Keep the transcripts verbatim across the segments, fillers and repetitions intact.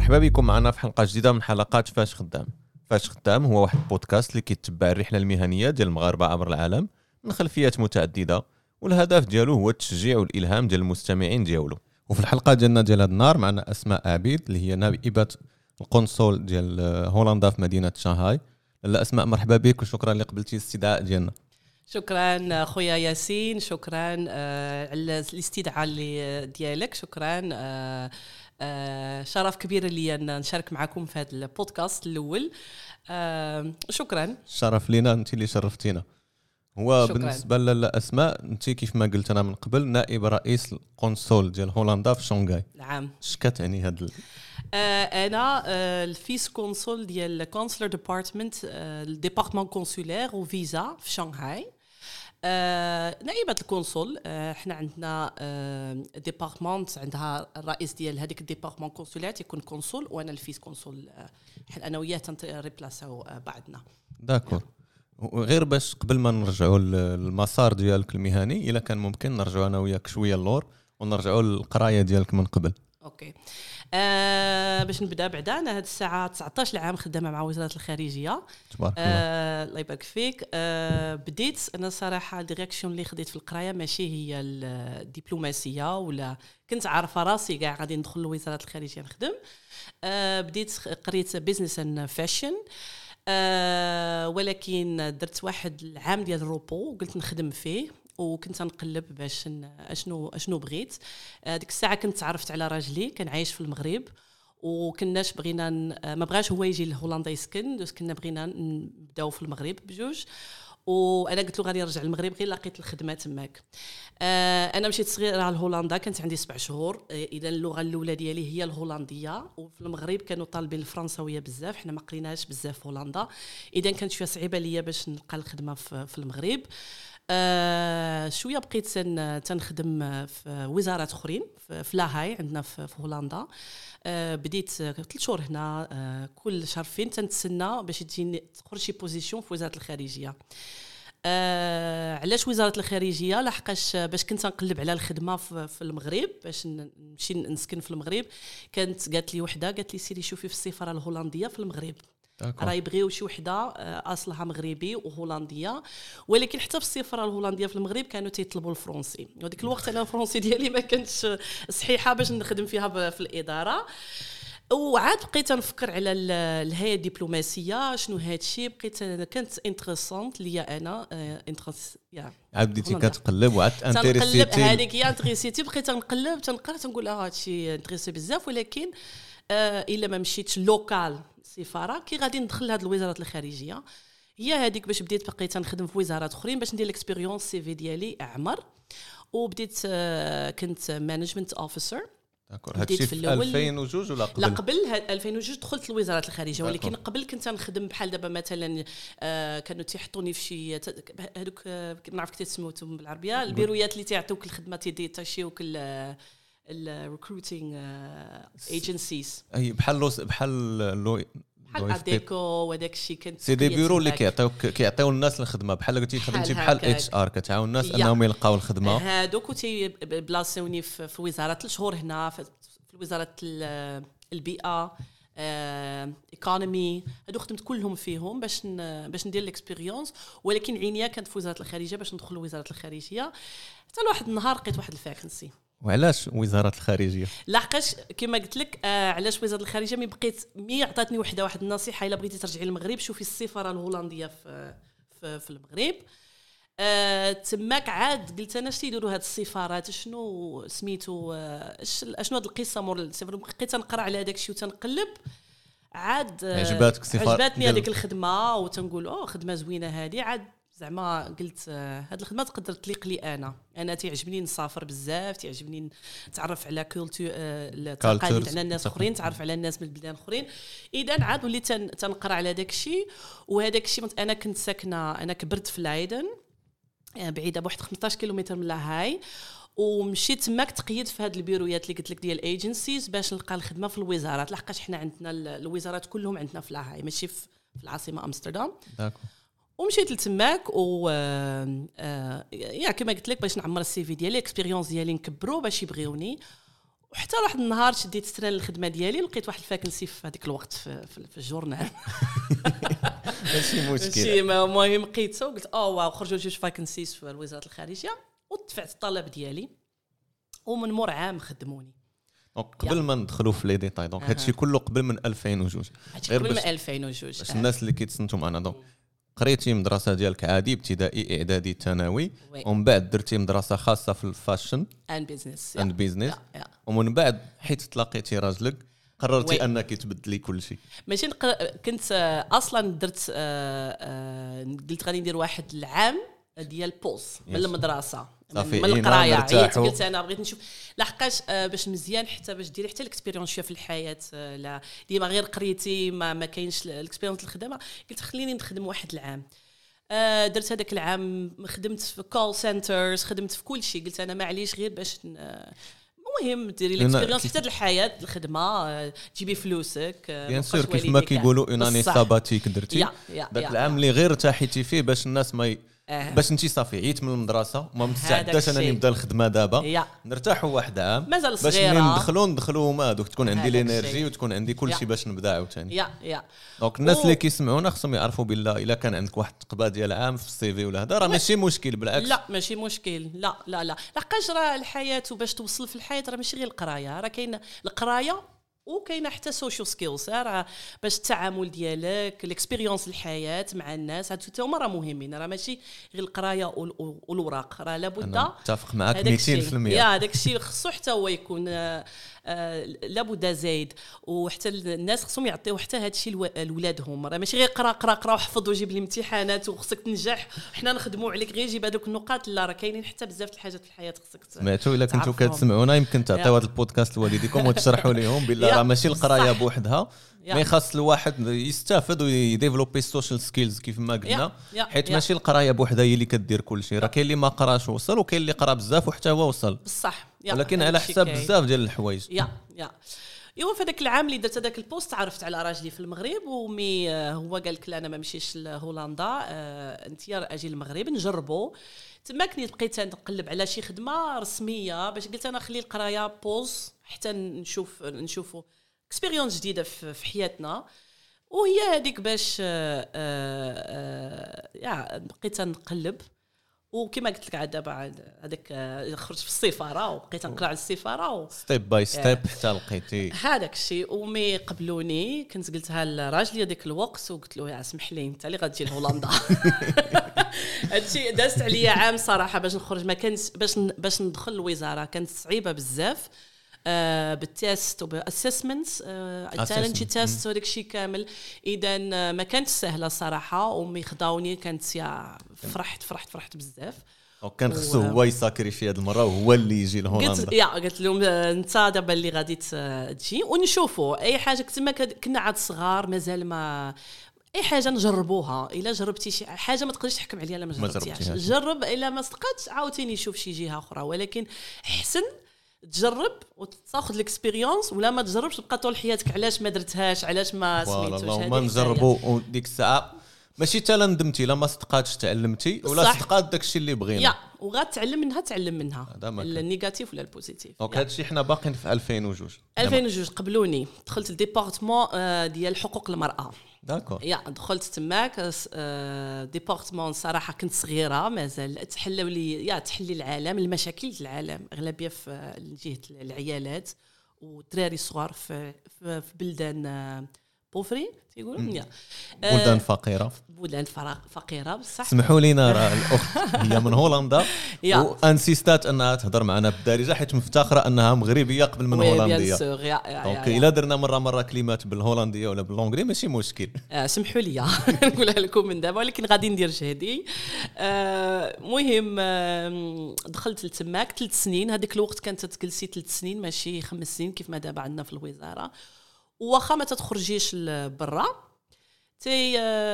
مرحبا بكم معنا في حلقه جديده من حلقات فاش خدام. فاش خدام هو واحد البودكاست اللي كيتبع الرحله المهنيه ديال المغاربه عبر العالم من خلفيات متعدده، والهدف ديالو هو التشجيع والالهام ديال المستمعين ديالو. وفي الحلقه ديالنا ديال هذا النهار معنا اسماء عبيد اللي هي نائبه القنصل ديال هولندا في مدينه شانغهاي. لا اسماء، مرحبا بك وشكرا اللي قبلتي الاستدعاء ديالنا. شكرا خويا ياسين، شكرا على الاستدعاء ديالك، شكرا. آه شرف كبير لي أن نشارك معكم في هذا البودكاست الأول. آه شكرا. الشرف لينا، أنت اللي شرفتينا. هو شكراً. بالنسبة لأسماء، أنت كيف ما قلت أنا من قبل نائب رئيس القنصل ديال هولندا في شانغهاي. نعم. شكت يعني هذا ال... آه أنا آه الفيس كونسول ديال الكونسلر ديبارتمنت آه الديبارتمون كونسولير وفيزا في شانغهاي. آه نائبة الكونسول. آه احنا عندنا آه ديبارتمنت عندها الرئيس ديال هذيك الديبارتمون كونسولات يكون كونسول، وانا الفيس كونسول. آه انا وياه تنريبلاساو آه بعضنا. داكور. غير باش قبل ما نرجعوا للمسار ديالك المهني، الا كان ممكن نرجعوا انا وياك شويه اللور ونرجعوا للقرايه ديالك من قبل. اوكي. آه باش نبدا بعدا، انا هاد الساعه تسعطاش عام خدامه مع وزاره الخارجيه. تبارك آه الله يبارك فيك. آه بديت انا صراحه الديريكسيون اللي خديت في القرايه ماشي هي الدبلوماسيه، ولا كنت عارفه راسي كاع غادي ندخل لوزاره الخارجيه نخدم. آه بديت قريت بيزنس اند فاشن. آه ولكن درت واحد العام ديال الروبو وقلت نخدم فيه، وكنت نقلب باش اشنو اشنو بغيت. ديك الساعه كنت تعرفت على راجلي كان عايش في المغرب، وكناش بغينا ما بغاش هو يجي لهولندا يسكن، دوز كنا بغينا نبداو في المغرب بجوج. وانا قلت له غادي نرجع للمغرب غير لقيت الخدمه تماك. آه انا مشيت صغيره لهولندا، كانت عندي سبع شهور. اذا اللغه الاولى ديالي هي الهولنديه، وفي المغرب كانوا طالبين الفرنساويه بزاف، حنا ما قريناش بزاف في هولندا، اذا كانت شويه صعيبه ليا باش نلقى الخدمه في, في المغرب. آه شويه بقيت تنخدم في وزارات اخرين في لاهاي عندنا في, في هولندا. آه بديت ثلاث شهور هنا. آه كل شهرين تنتسنى باش تجيني تخرج شي بوزيشن في وزاره الخارجيه. آه علاش وزاره الخارجيه؟ لحقاش باش كنت نقلب على الخدمه في, في المغرب باش نمشي نسكن في المغرب. كانت قالت لي وحده، قالت لي سيري شوفي في السفاره الهولنديه في المغرب، راه يبغيو شي وحده اصلها مغربي وهولنديه، ولكن حتى في السفاره الهولنديه في المغرب كانوا تيطلبوا الفرنسي، وديك الوقت انا الفرنسي ديالي ما كانتش صحيحه باش نخدم فيها في الاداره. وعاد بقيت نفكر على الهيئه الدبلوماسيه شنو هذا الشيء، بقيت كانت انتريسونت ليا انا. انتريس يا عاد بديتي كتقلب وعاد انتريسيتي، تنقلب هذيك هي انتريسيتي، بقيت نقلب تنقرا تنقول اه هذا الشيء انتريسي بزاف، ولكن آه الا ما مشيتش لوكال سفاره كي غادي ندخل لهاد الوزارات الخارجيه. هي هذيك باش بديت بقيت نخدم في وزارات اخرين باش ندير الاكسبيريونس سي في ديالي اعمر. وبديت آه كنت مانجمنت اوفيسر. بديت في ألفين وجوج ولا قبل؟ لا قبل ألفين وجوج دخلت لوزاره الخارجيه، ولكن قبل كنت نخدم بحال دابا مثلا. آه كانوا تيحطوني في شي هذوك آه نعرف كيف تسموتهم بالعربيه، البيرويات اللي تيعطوك الخدمه تيديتاشيوك الريكروتينغ ايجنسيز. اي بحال بحال لو بحال اديكو وداك الشيء. كنت سي دي بيرو اللي كيعطيوك كيعطيو الناس الخدمه، بحال قلتي خدمتي بحال اتش ار، كتعاون الناس انهم يلقاو الخدمه. هادوك تي بلاصوني في وزاره ثلاث شهور هنا في وزاره البيئه، ايكونومي. هادو خدمت كلهم فيهم باش باش ندير الاكسبيريونس، ولكن عينيا كانت في وزاره الخارجيه باش ندخل لوزاره الخارجيه. حتى لواحد النهار لقيت واحد الفاكنسي. وعلاش وزاره الخارجيه؟ لاحقاش كما قلت لك آه علاش وزاره الخارجيه مي بقيت مي عطاتني وحده واحد النصيحه، الا بغيتي ترجعي للمغرب شوفي السفاره الهولنديه في في, في المغرب. آه تماك عاد قلت انا اش تيديروا هاد السفارات، شنو سميتو اش آه شنو هاد القصه مور السفر. بقيت نقرا على هذاك الشيء وتنقلب. عاد آه عجباتك السفاره؟ عجباتني هذيك الخدمه وتنقول اوه خدمه زوينه هذه. عاد زعما قلت آه هاد الخدمه تقدر تليق لي انا انا تعجبني نسافر بزاف، تعجبني نتعرف على كولتور آه التقاليد على الناس اخرين، تعرف على الناس من البلدان اخرين. اذا عاد وليت تنقرا على داك الشيء. وهذاك الشيء انا كنت ساكنه، انا كبرت في لايدن بعيده بواحد خمسطاش كيلومتر من لاهاي، ومشيت تماك تقيد في هاد البيرويات اللي قلت لك ديال ايجنسيز باش نلقى الخدمه في الوزارات، لحقاش حنا عندنا الوزارات كلهم عندنا في لاهاي ماشي في العاصمه امستردام. داكو. ومشيت لتماك و آه يا كما قلت لك باش نعمر السي في ديالي، اكسبيريونس ديالي نكبرو باش يبغيوني. وحتى واحد النهار شديت ستران الخدمه ديالي لقيت واحد الفاكنسي في هذيك الوقت في, في, في الجورنال ماشي مشكل شي المهم لقيته وقلت اه واو خرجوا جوج فاكنسيز في وزاره الخارجيه ودفعت الطلب ديالي ومن مور عام خدموني. قبل ما ندخلوا في لي ديتاي دونك هادشي كله قبل من ألفين وجوج غير قبل من ألفين وجوج باش الناس اللي كيتصنتوا معنا دونك قريتي مدرسه ديالك عادي ابتدائي اعدادي ثانوي ومن بعد درتي مدرسه خاصه في الفاشن اند بيزنس اند بيزنس ومن بعد حيت تلاقيتي راجلك قررتي وي. انك تبدلي كل شيء. ماشي نقر... كنت اصلا درت قلت غادي ندير واحد العام ديال بوز من المدرسه من القرايه عييت قلت انا بغيت نشوف لحقاش باش مزيان حتى باش ديري حتى الاكسبيريونس شويه في الحياه لا ديما غير قريتي ما, ما كاينش الاكسبيريونس الخدمه قلت خليني نخدم واحد العام. درت هذاك العام خدمت في كول سنترز خدمت في كل شيء قلت انا معليش غير باش المهم ديري الاكسبيريونس حتى الحياه الخدمه تجيبي فلوسك بيان سور كيف ما كيقولوا اون اني ساباتيك درتي داك العام اللي غير ارتاحيتي فيه باش الناس ما أه. باش انتي صافي عيت من المدرسه وما مستعداش انا نبدا الخدمه دابا نرتاحوا واحد عام باش منين ندخلوا ندخلوا ما دوك تكون عندي الانرجي وتكون عندي كل شيء باش نبدا عاوتاني. يا يا دونك الناس و... اللي كيسمعونا خصهم يعرفوا بالله الا كان عندك واحد التقبه ديال عام في السي في ولا هذا راه ماشي مشكل بالعكس. لا ماشي مشكل لا لا لا لحقاش راه الحياه وباش توصل في الحياه راه ماشي غير القرايه راه كاين القرايه وكاينه حتى سوشيال سكيلز راه باش التعامل ديالك الاكسبيريونس الحياه مع الناس هادو حتى هما راه مهمين راه ماشي غير القرايه والوراق راه لابد اتفق معك مئتين بالمئة يا داك الشيء خصو حتى هو يكون آه آه لابد زايد وحتى الناس خصهم يعطيو حتى هذا الشيء لولادهم راه ماشي غير قرا قرا قرا وحفظ وجيب الامتحانات وخصك تنجح وحنا نخدموا عليك غير جيب هذوك النقاط لا راه كاينين حتى بزاف د الحاجات في الحياه خصك سمعتوا الا كنتوا كتسمعونا يمكن تعطيو هذا البودكاست لوالديكم وتشرحوا لهم بالله راه ماشي القرايه بوحدها مي خاص الواحد يستافد ويديفلوبي السوشيال سكيلز كيف ما قلنا حيت ماشي القرايه بوحدها هي اللي كدير كل شيء راه كاين اللي ما قراش وصل وكاين اللي قرا بزاف وحتى هو وصل بصح ولكن على حساب بزاف ديال الحوايج. يا يا ايوا في هذاك العام اللي درت هذاك البوست عرفت على راجلي في المغرب ومي هو قال لك لا انا ما نمشيش لهولندا انت اجي المغرب نجربوا تما كنت بقيت نقلب على شي خدمه رسميه باش قلت انا خلي القرايه بوز حتى نشوف نشوفوا اكسبيريونس جديده في حياتنا وهي هذيك باش آآ آآ يا بقيت نقلب وكما قلت لك عاد دابا هذاك خرجت في السفاره وبقيت نقرا على السفاره ستيب باي ستيب حتى لقيتي هذاك الشيء ومي قبلوني كنت قلتها لراجلي هذيك الوقت وقلت له يا اسمح لي انت اللي غتجي لهولندا هادشي دازت عليا عام صراحه باش نخرج ما كانش باش باش ندخل الوزاره كانت صعيبه بزاف آه بالتيست وبالاسسمنتس التالنت تيست وداك الشيء كامل اذا ما كانتش سهله صراحه ومي خداوني كانت يا فرحت فرحت فرحت بزاف وكان خصو هو يساكريفي هذه المره وهو اللي يجي لهولندا. قلت يا قلت لهم انت دابا اللي غادي تجي ونشوفوا اي حاجه كما كنا عاد صغار مازال ما اي حاجه نجربوها الا جربتي شي حاجه ما تقدرش تحكم عليها الا ما جربتيهاش جرب الا ما صدقاتش عاوتاني شوف شي جهه اخرى ولكن احسن تجرب وتاخذ الاكسبيريونس ولا ما تجربش تبقى طول حياتك علاش ما درتهاش علاش ما سميتوش هذه ما نجربوا وديك الساعه ماشي حتى ندمتي لا ما صدقاتش تعلمتي ولا صدقات داكشي اللي بغينا يا وغتعلم منها تعلم منها النيجاتيف ولا البوزيتيف دونك هادشي حنا باقيين في ألفين وجوج ألفين وجوج قبلوني دخلت الديبارتمون ديال حقوق المراه داكور يا دخلت تماك ديبارتمون صراحه كنت صغيره مازال تحلوا لي يا تحلي العالم المشاكل العالم اغلبيه في جهه العيالات والدراري الصغار في في بلدان بوفري تيقولوا بلدان فقيره بلدان فقيره بصح سمحوا لينا راه الاخت هي من هولندا وانسيستات انها تهضر معنا بالدارجه حيت مفتخره انها مغربيه قبل من هولنديه دونك الا درنا مره مره كلمات بالهولنديه ولا باللونغلي ماشي مشكل سمحوا لي نقولها لكم من دابا ولكن غادي ندير جهدي. المهم دخلت لتماك ثلاث سنين هذيك الوقت كانت تجلسي ثلاث سنين ماشي خمس سنين كيف ما دابا عندنا في الوزاره واخا ما تخرجيش لبرا تي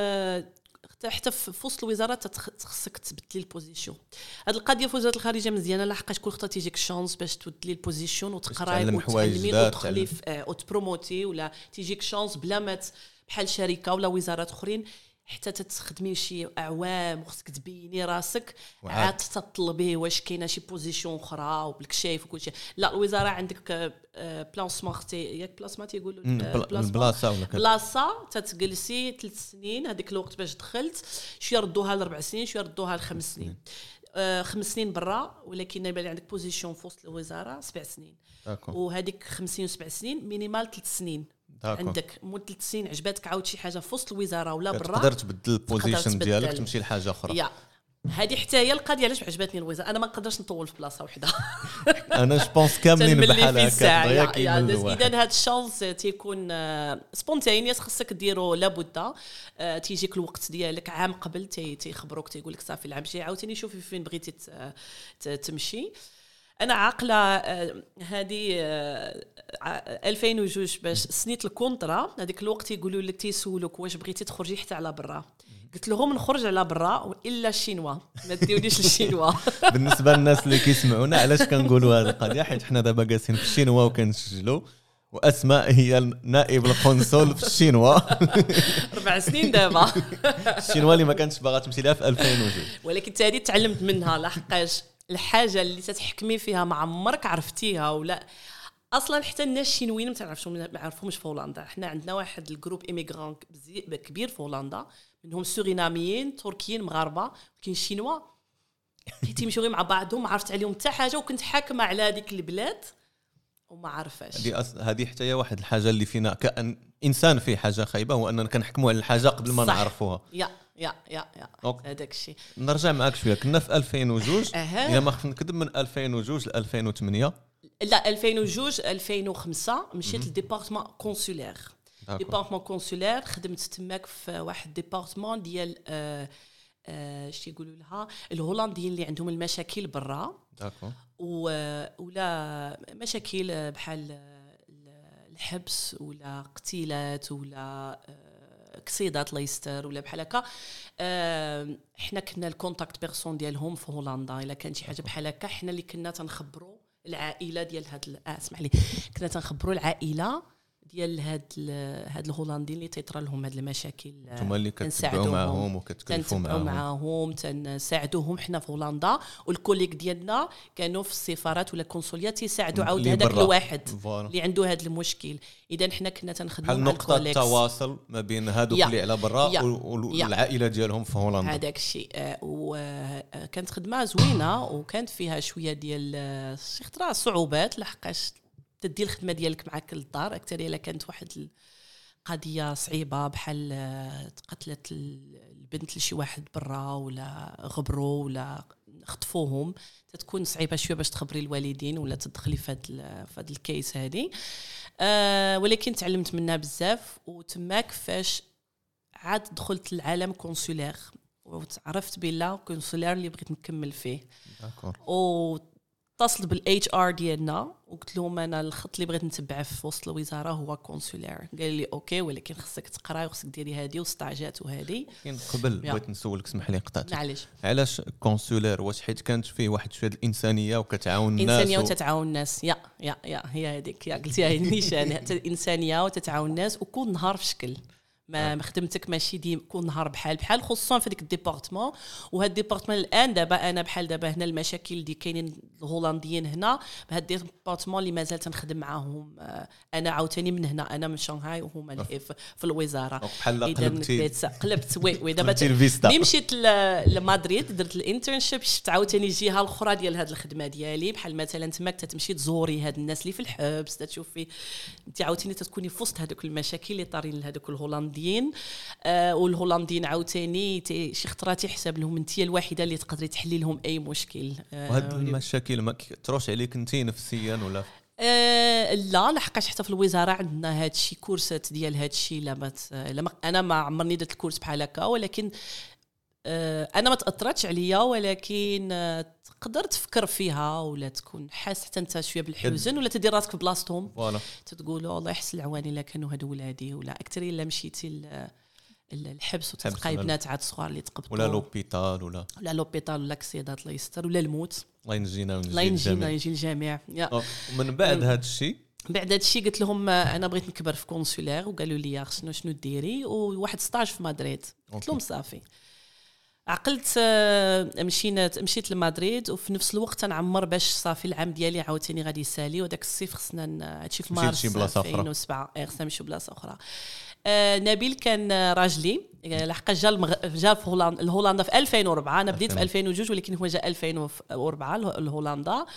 حتى في وسط الوزاره خصك تبدلي البوزيشن. هذه القضيه في وزاره الخارجيه مزيانه لحقاش كل خطه تيجيك شانس باش تبدلي البوزيشن وتقراي وتعلمي وتدخلي وتبروموتي ولا تيجيك شانس بلا ما بحال شركه ولا وزارات اخرين حتى تتخدمي شي اعوام وخصك تبيني راسك وعاد. عاد تطلبي واش كاينه شي بوزيشن اخرى وبالكشاف وكل شيء. لا الوزاره عندك بلانسمون اختي ياك بلاسما تيقولوا البلاصه ولا بلاصه تتجلسي ثلاث سنين هذيك الوقت باش دخلت شويه ردوها لاربع سنين شويه ردوها لخمس سنين آه خمس سنين برا ولكن يبان عندك بوزيشن في وسط الوزاره سبع سنين وهذيك خمس سنين وسبع سنين مينيمال ثلاث سنين داكو. عندك مده ثلاث سنين عجباتك عاود شي حاجه في وسط الوزاره ولا برا تقدر تبدل البوزيشن ديالك تمشي لحاجه اخرى يا هذه حتى هي القضيه علاش عجبتني الوزاره. انا ما نقدرش نطول في بلاصه وحده انا جوبونس كاملين بحال هكا اذا هذا الشانس تيكون سبونتينيوس خصك ديرو لابد تيجيك الوقت ديالك عام قبل تيخبروك تيقول لك صافي العام الجاي عاوتاني شوفي فين بغيتي تمشي. انا عاقله هذه ألفين واثنين باش سنيت الكونطرا هذيك الوقت يقولوا لك تيسولوك واش بغيتي تخرجي حتى على برا قلت لهم نخرج على برا والا الشينوا ما ديونيش للشينوا. بالنسبه للناس اللي كيسمعونا علاش كنقولوا هذه القضيه حيت حنا دابا جالسين في الشينوا وكنسجلوا واسماء هي نائب القنصل في الشينوا اربع سنين دابا الشينوا اللي ما كانتش باغا تمشي لها في ألفين واثنين ولكن تادي تعلمت منها لحقاش الحاجه اللي تتحكمي فيها ما عمرك عرفتيها ولا اصلا حتى الناس الشينويين ما تعرفش ما عرفوش في هولندا. احنا عندنا واحد الجروب ايميغران كبير في هولندا منهم سوريناميين تركيين مغاربه كاين شينوا تيمشيو غير مع بعضهم ما عرفت عليهم حتى حاجه وكنت حاكمه على هذيك البلاد وما عرفاش. هذه أص... هذه حتى هي واحد الحاجه اللي فينا كأن انسان فيه حاجه خايبه هو اننا كنحكموا على الحاجه قبل ما نعرفوها. يا يا يا يا هذاك الشيء. نرجع معك شويه كنا في ألفين واثنين الا ما خفت نكذب من ألفين واثنين ل ألفين وثمانية لا ألفين واثنين ألفين وخمسة مشيت للديبارتمون كونسولير. ديبارتمون كونسولير خدمت تماك في واحد ديبارتمون ديال آه آه شتي يقولوا لها الهولنديين اللي عندهم المشاكل برا داكو ولا مشاكل بحال الحبس ولا اقتيالات ولا كسيدات ليستر ولا بحال هكا. احنا كنا الكونتاكت بيرسون ديالهم في هولندا الا كان شي حاجه بحال هكا احنا اللي كنا تنخبروا العائله ديال هاد اه اسمح لي كنا تنخبروا العائله ديال هاد هاد الهولنديين اللي تيطرى لهم هاد المشاكل نتوما اللي كتبعوا معاهم وكتكلفوا معاهم معاهم تنساعدوهم حنا في هولندا والكوليك ديالنا كانوا في السفارات ولا الكونسوليات يساعدوا عاود هذاك الواحد اللي عنده هذا المشكل. اذا حنا كنا تنخدموا مع نقطه التواصل ما بين هادوك اللي على برا والعائله ديالهم في هولندا. هذاك الشيء وكانت خدمه زوينه وكانت فيها شويه ديال شي خطره صعوبات لحقاش تدي الخدمه ديالك معك للدار اكثر الا كانت واحد القضيه صعيبه بحال تقتلت البنت لشي واحد برا ولا غبروا ولا خطفوهم تتكون صعيبه شويه باش تخبري الوالدين ولا تدخلي في هذا في هذا الكيس هذه. أه ولكن تعلمت منها بزاف وتماك فاش عاد دخلت العالم كونسولير وتعرفت بالله كونسولير اللي بغيت نكمل فيه. او اتصلت بالاتش ار ديالنا وقلت لهم انا الخط اللي بغيت نتبعه في وسط الوزاره هو كونسولير. قال لي اوكي ولكن خصك تقراي وخصك ديري هذه وستاجات وهذه. لكن قبل بغيت نسولك اسمح لي قطعت معليش علاش كونسولير واش حيت كانت فيه واحد شويه الانسانيه وكتعاون الناس انسانيه و... وتتعاون الناس يا يا يا هي هذيك يا قلتيها هي النيشان انسانيه وتتعاون الناس وكل نهار في شكل ما خدمتك ماشي ديما كل نهار بحال بحال خصوصا في ديك الديبارتمون. وهاد الديبارتمون الان دابا انا بحال دابا هنا المشاكل اللي كاينين الهولنديين هنا بهاد الديبارتمون اللي مازال تنخدم معاهم انا عاوتاني من هنا انا من شنغهاي وهما اللي في الوزاره. بحال قلبتي قلبت وي وي دابا ملي مشيت لمدريد درت الانترنشيب شفت عاوتاني الجهه الاخرى ديال هاد الخدمه ديالي بحال مثلا تماك تمشي تزوري هاد الناس اللي في الحبس تشوفي انت عاوتاني تكوني في وسط هذوك المشاكل اللي طارين لهذوك الهولنديين. آه والهولنديين عاوتاني شي خطرات يحسب لهم انت الوحيده اللي تقدري تحلي لهم اي مشكل. آه وهاد المشاكل ما كثروش عليك انت نفسيا ولا آه لا لحقاش حتى في الوزاره عندنا هاد الشيء كورسات ديال هاد الشيء لما لما انا ما عمرني درت الكورس بحال هكا ولكن آه انا ما تاثرتش عليا ولكن آه تقدر تفكر فيها ولا تكون حاس حتى انت شويه بالحزن ولا تدير راسك في بلاصتهم تقول والله يحسن العواني الا كانوا هادو ولادي ولا اكثر الا مشيتي الحبس وتلقاي بنات عاد صغار اللي تقبطوا ولا لوبيتال ولا ولا لوبيتال ولا كسيدات الله يستر ولا الموت الله ينجينا الله ينجينا ينجي الجميع. ومن بعد هذا الشيء بعد هذا الشيء قلت لهم انا بغيت نكبر في كونسولير وقالوا لي خصنا شنو ديري وواحد ستاج في مدريد. قلت لهم صافي عقلت مشينا مشيت لمدريد وفي نفس الوقت نعمر باش صافي العام ديالي عاوتاني غادي يسالي وداك الصيف خصنا هادشي في مارس ألفين وسبعة خصنا نمشيو بلاصه اخرى. آه نبيل كان راجلي لحق جا المغ... جا في هولندا الهولندا في ألفين وأربعة. انا بديت في ألفين وجوج ولكن هو جا ألفين وأربعة لهولندا.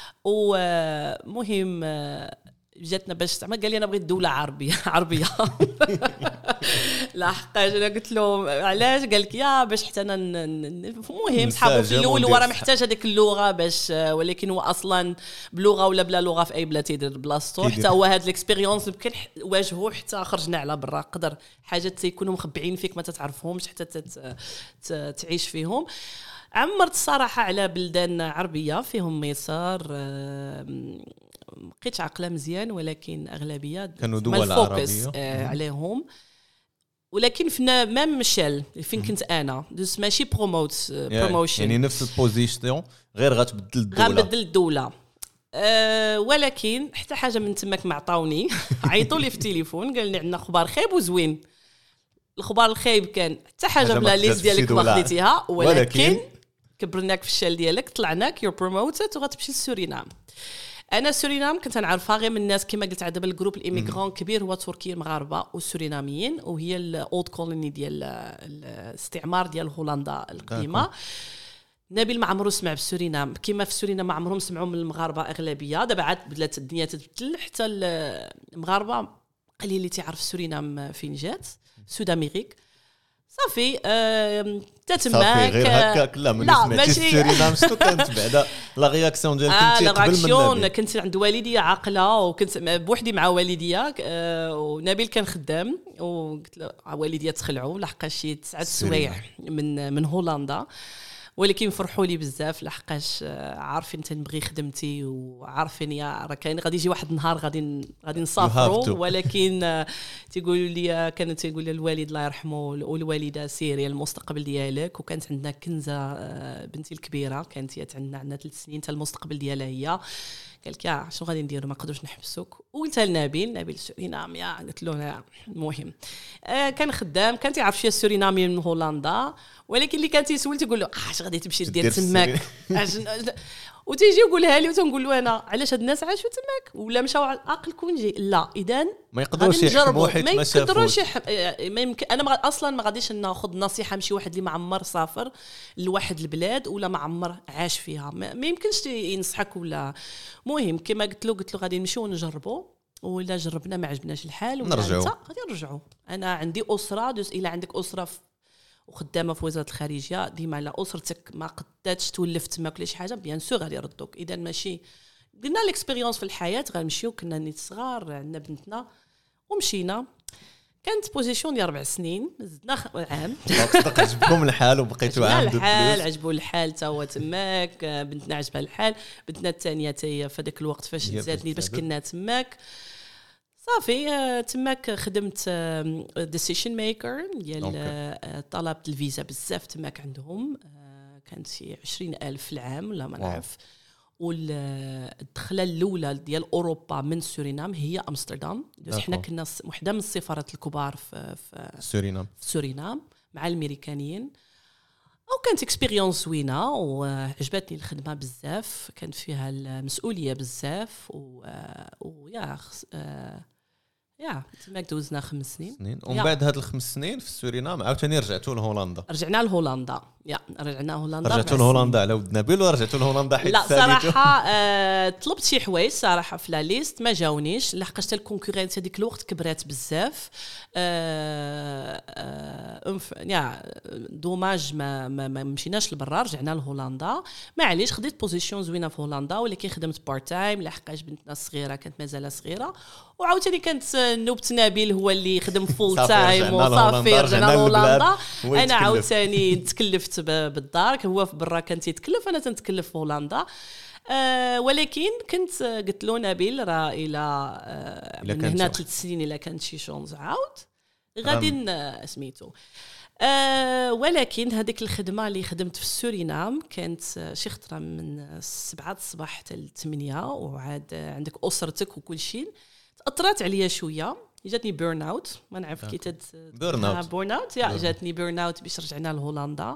ومهم جاتنا باش تعمل قال لي انا بغيت دوله عربيه عربيه لا حقاش انا قلت له علاش قال لك يا باش حتى انا المهم صحابو في الاول ورا محتاج هذيك اللغه باش ولكن هو اصلا بلغه ولا بلا لغه في اي بلاد يدير بلاصتو حتى هو هاد الاكسبيريونس يمكن واجهوه حتى خرجنا على برا قدر حاجات تيكونوا مخبعين فيك ما تتعرفهمش حتى تعيش فيهم. عمرت الصراحه على بلدان عربيه فيهم مصر بقيتش عقله مزيان ولكن اغلبيه كانوا دول عربيه آه عليهم ولكن في ميم ميشيل فين كنت انا دوز ماشي بروموت بروموشن يعني نفس البوزيشن غير غتبدل الدوله غنبدل الدوله. أه ولكن حتى حاجه من تماك ما عطاوني عيطوا لي في التليفون قال لي عندنا خبر خايب وزوين. الخبر الخايب كان حتى حاجه بلا ليست ديالك ما خديتيها ولكن, ولكن كبرناك في الشال ديالك طلعناك يور بروموتد وغتمشي لسورينام. انا سورينام كنت نعرفها غير من الناس كما قلت عاد الجروب الاميغرون كبير هو تركيين المغاربه والسوريناميين وهي الاولد كولوني ديال الاستعمار ديال هولندا القديمه. نبيل ما عمرو سمع بالسورينام كما في سورينام ما عمرهم سمعوا من المغاربه اغلبيه. دابا عاد بدلات الدنيا تتبدل حتى المغاربه قال لي اللي تعرف سورينام فين جات سود امريك صافي أه... تتماك غير هكاك لا ما سمعتيش سورينام شنو كانت بعدا لا رياكسيون ديالك كنتي آه قبل من كنت عند والدي عاقله وكنت بوحدي مع والديا أه... ونبيل كان خدام وقلت له والديا تخلعوا لحقاش شي تسعة سوايع من من هولندا ولكن فرحوا لي بزاف لحقاش عارفين تنبغي خدمتي وعارفين يا راه كاين غادي يجي واحد النهار غادي غادي نسافروا ولكن تيقولوا لي كانوا تيقول لي الوالد الله يرحمه والوالده سيري المستقبل ديالك. وكانت عندنا كنزه بنتي الكبيره كانت هي عندنا عندنا ثلاث سنين حتى المستقبل ديالها هي قال لك يا شنو غادي نديروا ما نقدروش نحبسوك. وقلت لنبيل نبيل سورينام يا قلت له المهم آه كان خدام كان تعرف شي سورينامي من هولندا ولكن اللي كان تيسول تيقول له اش غادي تمشي دير تماك وتيجي يقولها لي وتنقول له انا علاش هاد الناس عاشوا تماك ولا مشاو على العقل كونجي لا اذا ما يقدروش يحكموا حيت ما يقدروش يح... ما يمكن انا ما اصلا ما غاديش ناخذ نصيحه من شي واحد اللي ما عمر سافر لواحد البلاد ولا ما عمر عاش فيها ما, ما يمكنش ينصحك ولا مهم كما قلت له قلت له غادي نمشيو نجربوا ولا جربنا ما عجبناش الحال ولا نرجعوا غادي نرجعوا. انا عندي اسره دوز الى عندك اسره في وخدامه في وزاره الخارجيه ديما على اسرتك ما قداتش تولف تماك ولا شي حاجه بيان سور غادي يردوك. اذا ماشي قلنا ليكسبيريونس في الحياه غنمشيو كنا نيت صغار عندنا بنتنا ومشينا. كانت بوزيشن ديال اربع سنين زدنا عام عجبكم الحال وبقيتوا عام الحال عجبوا الحال تا هو تماك بنتنا عجبها الحال بنتنا الثانيه حتى في هذاك الوقت فاش زادني باش كنا تماك صافي تماك خدمت ديسيشن ميكر ديال طلبت الفيزا بزاف تماك عندهم كانت شي عشرين ألف في العام ولا ما نعرف. والدخله الاولى ديال اوروبا من سورينام هي امستردام حنا كنا وحده من السفارات الكبار في في سورينام في سورينام مع الامريكانيين وكانت اكسبيريونس زوينه وعجبتني الخدمه بزاف كانت فيها المسؤوليه بزاف ويا يا تماك دوزنا خمس سنين, سنين. ومن بعد هاد الخمس سنين في سورينام عاوتاني رجعتوا لهولندا رجعنا لهولندا يا رجعنا هولندا رجعتوا لهولندا على ود نبيل ولا رجعتوا لهولندا حيت لا صراحه آه طلبت شي حوايج صراحه في لا ليست ما جاونيش لحقاش حتى الكونكورنس هذيك الوقت كبرات بزاف آه آه يا دوماج ما ما, ما مشيناش لبرا رجعنا لهولندا معليش خديت بوزيشن زوينه في هولندا ولكن خدمت بارت تايم لحقاش بنتنا الصغيره كانت مازال صغيره وعاوتاني كانت نوبه نبيل هو اللي خدم فول تايم وصافي رجعنا لهولندا انا عاوتاني تكلفت بالدار هو في برا كان تيتكلف انا تنتكلف في هولندا أه ولكن كنت قلت له نبيل راه الى أه من هنا ثلاث سنين الا كانت شي شونز عاود غادي سميتو أه ولكن هذيك الخدمه اللي خدمت في سورينام كانت شي خطره من سبعة الصباح حتى لثمانية، وعاد عندك اسرتك وكل شيء. تاثرت عليا شويه، جاتني بيرن اوت، ما نعرف كي تد بيرن اوت بيرن اوت يا جاتني بيرن اوت باش رجعنا لهولندا.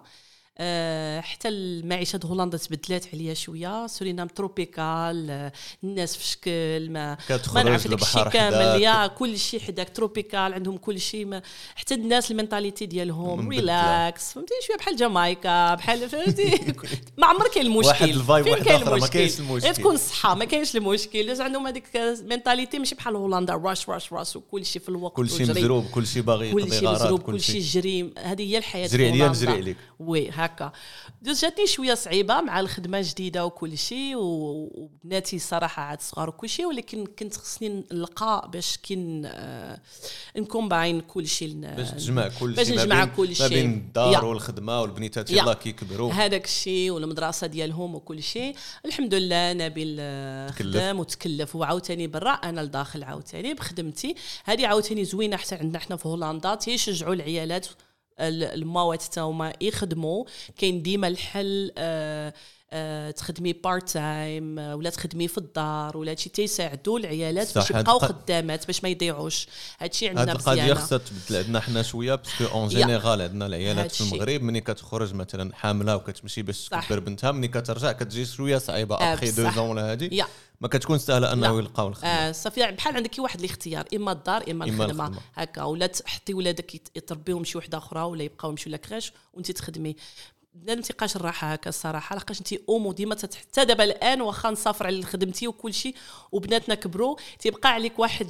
أه حتى المعيشه د هولندا تبدلات عليا شويه. سورينام تروبيكال، أه الناس في شكل ما ما نعرف داك الشيء كامل، يا كل شيء حداك تروبيكال، عندهم كل شيء ما حتى الناس المينتاليتي ديالهم ريلاكس، فهمتي شويه بحال جامايكا بحال فهمتي ما عمر كاين المشكل، واحد الفايب واحد اخر ما كاينش المشكل، تكون صحه ما كاينش المشكل. لاز عندهم هذيك مينتاليتي ماشي بحال هولندا راش راش راس وكل شيء في الوقت، كل شيء مزروب، كل شيء باغي يقضي غرض، كل شيء جري. هذه هي الحياه، جري عليا نجري عليك وي هكا. جاتني شويه صعيبه مع الخدمه جديده وكل شيء، وبناتي صراحه عاد صغار وكل شيء، ولكن كنت خصني نلقى باش كي آه نكومباين كل شيء، باش تجمع كل شيء، باش نجمع كل شيء ما بين الدار والخدمه والبنيتات يلاه كيكبروا هذاك الشيء والمدرسه ديالهم وكل شيء. الحمد لله نبيل خدام وتكلف وعاوتاني برا، انا لداخل عاوتاني بخدمتي هذه عاوتاني زوينه. حتى عندنا احنا في هولندا تيشجعوا العيالات الموات تاهما يخدموا، كاين ديما الحل آه آه تخدمي بارت تايم ولا تخدمي في الدار ولا شي تيساعدوا العيالات باش يبقاو خدامات باش ما يضيعوش. هادشي عندنا مزيان. هاد القضيه خصها تبدل عندنا حنا شويه، باسكو اون جينيرال عندنا العيالات في المغرب ملي كتخرج مثلا حامله وكتمشي باش تكبر بنتها، ملي كترجع كتجي شويه صعيبه ابخي دو زون ولا هادي ما كتكون سهله انه يلقاو الخدمه. آه صافي بحال عندك واحد الاختيار، اما الدار اما الخدمه هكا، ولا تحطي ولادك يتربيهم شي وحده اخرى ولا يبقاو يمشيو لاكراش وانت تخدمي. بنادم تيبقاش الراحه هكا الصراحه، لحقاش انت اومو ديما حتى دابا الان واخا نسافر على خدمتي وكل شيء وبناتنا كبروا تيبقى عليك واحد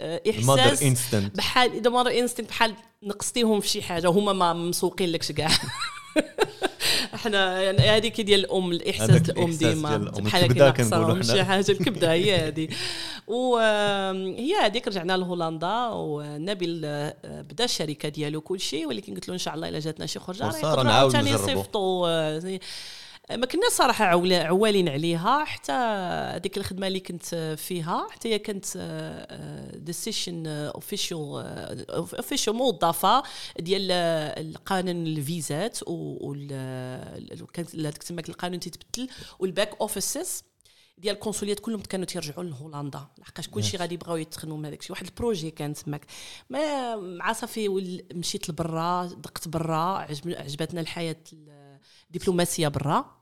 الاحساس بحال اذا مره انستنت بحال نقصتيهم في شي حاجه هما ما مسوقين لكش كاع. احنا يعني هذيك ديال الام، الاحساس الام ديما بحال هكا نقصرهم شي حاجه، الكبده هي هذه. وهي هذيك رجعنا لهولندا ونبيل بدا الشركه ديالو كل شيء، ولكن قلت له ان شاء الله الا جاتنا شي خرجه راه نعاود نصيفطوا. ما كنا صراحه عوالين عليها، حتى هذيك الخدمه اللي كنت فيها حتى هي كانت ديسيشن اوفيشال اوفيشال موظفه ديال القانون الفيزات، وكانت هذاك تما القانون تيتبدل، والباك اوفيسز ديال الكونسوليات كلهم كانوا تيرجعوا لهولندا، لحقاش كلشي غادي يبغاو يتخدموا من هذاك الشيء. واحد البروجي كان تماك ما مع صافي مشيت لبرا، دقت برا، عجبتنا الحياه الدبلوماسيه برا.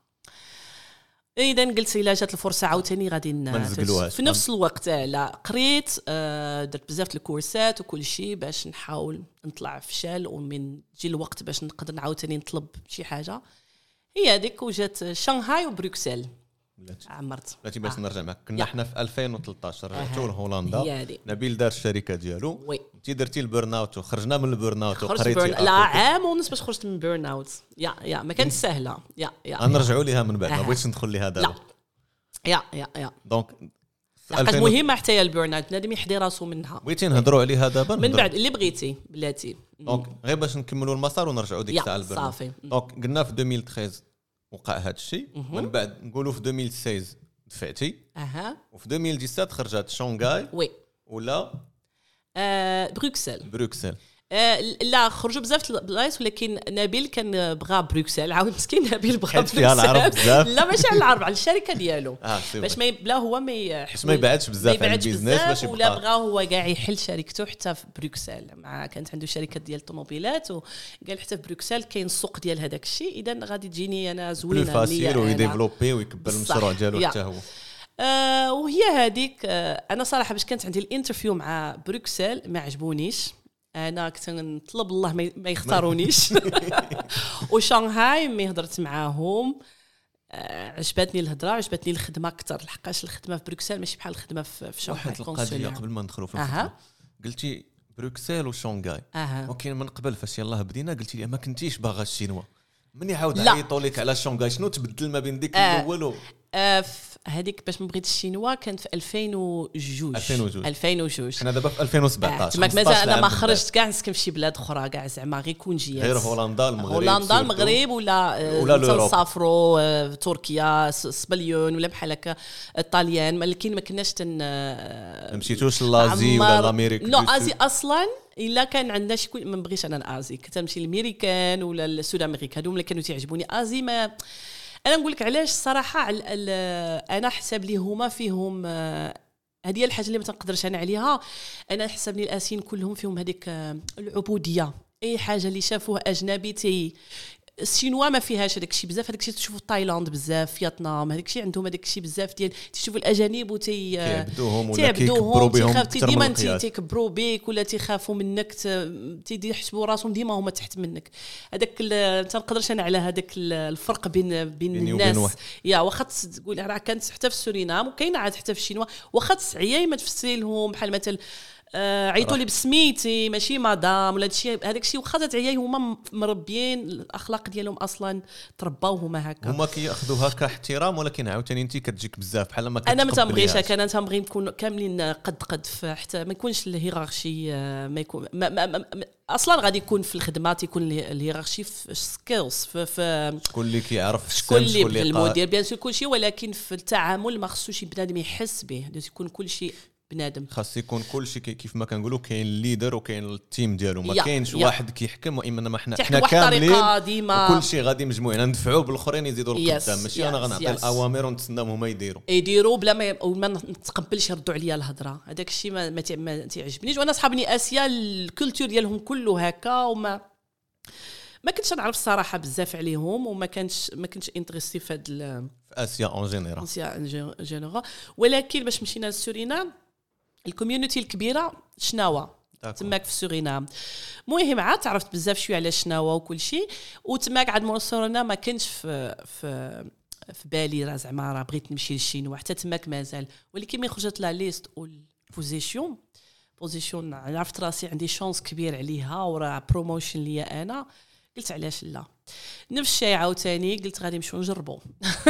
اذا قلت الا جات الفرصه عاوتاني غادي في نفس الوقت. لا قريت آه درت بزاف الكورسات وكل شيء باش نحاول نطلع فشل، ومن جي الوقت باش نقدر عاوتاني نطلب شي حاجه. هي هذيك وجات شنغهاي وبروكسل عمرت. بلاتي باش آه. نرجع معك، كنا حنا في ألفين وثلاثطاش رجعتو لهولندا، نبيل دار الشركه ديالو، انت درتي البيرن اوت وخرجنا من البيرن اوت وقريتي. لا عام ونص باش خرجت من البيرن اوت، يا يا ما كانتش سهله. يا يا نرجعوا ليها من بعد، ما بغيتش ندخل ليها دابا. يا يا يا دونك حاجه مهمه حتى هي البيرن اوت، بنادم يحضي راسو منها. بغيتي نهضروا عليها دابا من بعد اللي بغيتي بلاتي. دونك غير باش نكملوا المسار ونرجعوا ديك الساعه البيرن. صافي. دونك قلنا في ألفين وثلاثطاش وقع هذا الشيء، من بعد نقولوا في ألفين وستة عشر دفعتي، اها، وفي ألفين وسبعطاش خرجت شنغهاي وي ولا آه بروكسل. بروكسل آه لا خرجوا بزاف البلايص، ولكن نبيل كان بغى بروكسل. عاود مسكين نبيل بغى بروكسل. لا ماشي على العرب، على الشركه ديالو آه باش ما بلا هو ما يحس ما يبعدش بزاف على البيزنس، باش يبقى ولا بغى هو كاع يحل شركته حتى في بروكسل. مع كانت عنده شركه ديال الطوموبيلات، وقال حتى في بروكسل كاين السوق ديال هذاك الشيء، اذا غادي تجيني انا زوينه فاسيل ويديفلوبي ويكبر المشروع ديالو حتى هو. آه وهي هذيك. آه انا صراحه باش كانت عندي الانترفيو مع بروكسل ما عجبونيش، انا كنت نطلب الله ما يختارونيش. وشنغهاي مي هضرت معاهم آه عجبتني الهضره، عجبتني الخدمه اكثر، لحقاش الخدمه في بروكسل ماشي بحال الخدمه في شنغهاي. واحد القضيه قبل ما ندخلوا في الخدمه، أه. قلتي بروكسل وشنغهاي، أه. وكاين من قبل فاش يلاه بدينا قلتي لي ما كنتيش باغا الشينوا، من يعاود عيطوا لك على شنغهاي شنو تبدل ما بين ديك أه. الاول آه هذيك باش ما بغيت الشينوا كانت في ألفين وجوج ألفين وجوج. حنا دابا في ألفين وسبعطاش. تماك مازال انا ما خرجت كاع نسكن في شي بلاد اخرى كاع، زعما غير كونجيات غير هولندا المغرب، هولندا المغرب ولا ولا نسافروا تركيا سبليون ولا بحال هكا الطاليان، ولكن ما كناش تن مشيتوش لازي ولا لامريكا. نو ازي اصلا الا كان عندنا شي ما بغيتش انا الازي كنت نمشي للامريكان ولا السود امريكا هذوما اللي كانوا تيعجبوني. ازي ما انا نقول لك علاش الصراحه انا حساب لي هما فيهم هذه الحاجه اللي ما تنقدرش انا عليها. انا حسبني الاسيين كلهم فيهم هذيك العبوديه، اي حاجه اللي شافوه اجنبي تي الصينوا ما فيهاش هذاك الشيء بزاف. هذاك الشيء تشوفوا تايلاند بزاف، فيتنام هذاك الشيء عندهم هذاك الشيء بزاف ديال تشوفوا الاجانب وتي كيعبدوهم ولا كيكبروا بهم اكثر من ديما القياس، تيكبروا بك ولا تيخافوا منك، تيدي يحسبوا راسهم ديما هما تحت منك. هذاك تنقدرش انا على هذاك الفرق بين بين الناس. يا واخا تقول راه كانت حتى في سورينام وكاينه عاد حتى في الشينوا، واخا تسعيي ما تفسري لهم بحال مثلا آه عيطوا لي بسميتي ماشي مدام ولا هادشي هذاك الشيء واخا تعياي هما مربيين الاخلاق ديالهم اصلا ترباو هما هكا، هما كياخذوها كاحترام. ولكن عاوتاني انت كتجيك بزاف بحال ما انا ما تنبغيش هكا، انا تنبغي نكون كاملين قد قد حتى ما يكونش الهيرارشي ما يكون ما ما ما اصلا غادي يكون في الخدمه تيكون الهيرارشي في سكيلز في, في شكون اللي كيعرف شكون اللي المدير بيان سور كل شيء، ولكن في التعامل ما خصوش بنادم يحس به، لازم يكون كل شيء بنادم. خاص يكون كل شيء كيف ما كنقولوا كاين الليدر وكاين التيم ديالو، ما كاينش واحد كيحكم وانما ما حنا حنا كاملين كل شيء غادي مجموعين ندفعوا بالاخرين يزيدوا القدام، ماشي انا غنعطي الاوامر ونتسناهم هما يديروا يديروا بلا ما ما نتقبلش يردوا عليا الهضره. هذاك الشيء ما ما تيعجبنيش. وانا صحابني اسيا الكولتور ديالهم كله هكا، وما ما كنتش نعرف الصراحه بزاف عليهم، وما كانش ما كنتش انتريستي في هاد في اسيا اون جينيرال اسيا اون جينيرال. ولكن باش مشينا للسورينام الكوميونيتي الكبيره شناوه تماك في سورينام، المهم عاد تعرفت بزاف شويه على شناوه وكل شيء. وتماك عاد مور سورينام ما كانش في في في بالي راه زعما راه بغيت نمشي للشينوا، حتى تماك مازال. ولكن ملي خرجت لا ليست والبوزيسيون بوزيسيون عرفت راسي عندي شانس كبير عليها وراه بروموشن ليا انا، قلت علاش لا. نفس الشيء عاوتاني قلت غادي نمشيو نجربوا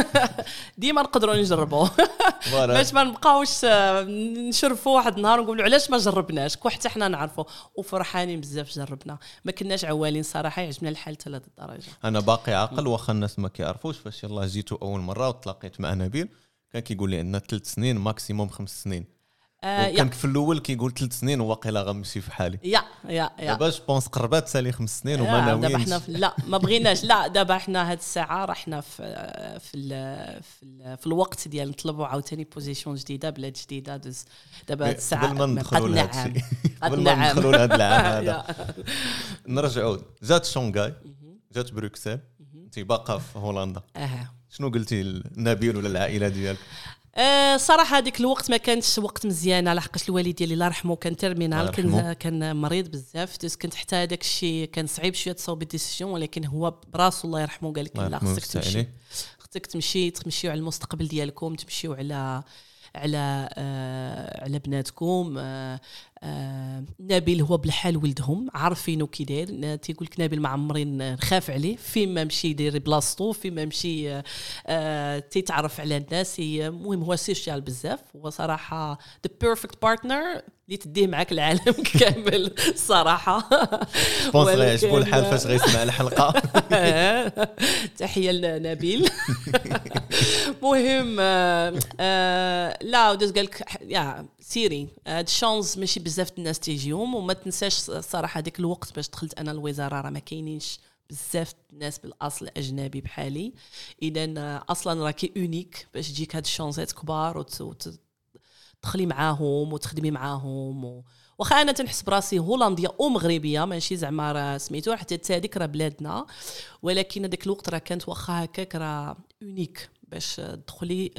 ديما نقدروا نجربوا باش ما نبقاوش نشرفوا واحد النهار ونقولوا علاش ما جربناش كو حتى حنا نعرفوا. وفرحانين بزاف جربنا، ما كناش عوالين صراحه، يعجبنا الحال حتى لهاد الدرجه. انا باقي عاقل واخا الناس ما كيعرفوش. فاش يلاه جيتو اول مره وتلاقيت مع نبيل كان كيقول لي عندنا ثلاث سنين ماكسيموم خمس سنين، آه وكان في الاول كيقول ثلاث سنين وواقيلا غنمشي في حالي. يا يا يا دابا جوبونس قربات سالي خمس سنين وما ناويينش. دابا حنا لا ما بغيناش لا دابا حنا هاد الساعه راه حنا في في ال في, ال في الوقت ديال نطلبوا عاوتاني بوزيشن جديده بلاد جديده. دوز دابا هاد الساعه قبل ما ندخلوا لهاد الشيء قبل ما ندخلوا لهاد العام هذا نرجعوا. جات شونغاي جات بروكسل، انت باقا في هولندا. اها شنو قلتي لنبيل ولا العائله ديالك؟ أه صراحه هذيك الوقت ما كانش وقت مزيان، لحقاش الوالد ديالي الله يرحمه كان تيرمينال، كان كان مريض بزاف، دوز كنت حتى هذاك الشيء كان صعيب شويه تصاوب الديسيجن. ولكن هو براسو الله يرحمه قال لك لا خصك تمشي خصك تمشي تمشيو على المستقبل ديالكم، تمشيو على على آه على بناتكم. آه آه نبيل هو بالحال ولدهم عارفينه كي داير، تيقول لك نبيل ما عمري نخاف عليه، فين ما مشي يدير بلاصتو، فين ما مشي آه آه تيتعرف على الناس. المهم هو سوشيال بزاف، هو صراحه ذا بيرفكت بارتنر اللي تديه معاك العالم كامل الصراحه. بونس غيعجبو الحال فاش غيسمع الحلقه. تحيه لنبيل. مهم آه آه لا ودز قالك يا سيري هاد الشانس ماشي بزاف الناس تيجيهم. وما تنساش صراحه ديك الوقت باش دخلت انا الوزاره راه ما كاينينش بزاف الناس بالاصل اجنبي بحالي، اذا اصلا راكي اونيك باش تجيك هاد الشانسات كبار وتدخلي معاهم وتخدمي معاهم. و... واخا انا تنحس براسي هولنديه او مغربيه ماشي زعما راه سميتو حتى هذيك راه بلادنا، ولكن هذاك الوقت راه كانت واخا هكاك راه اونيك باش تدخلي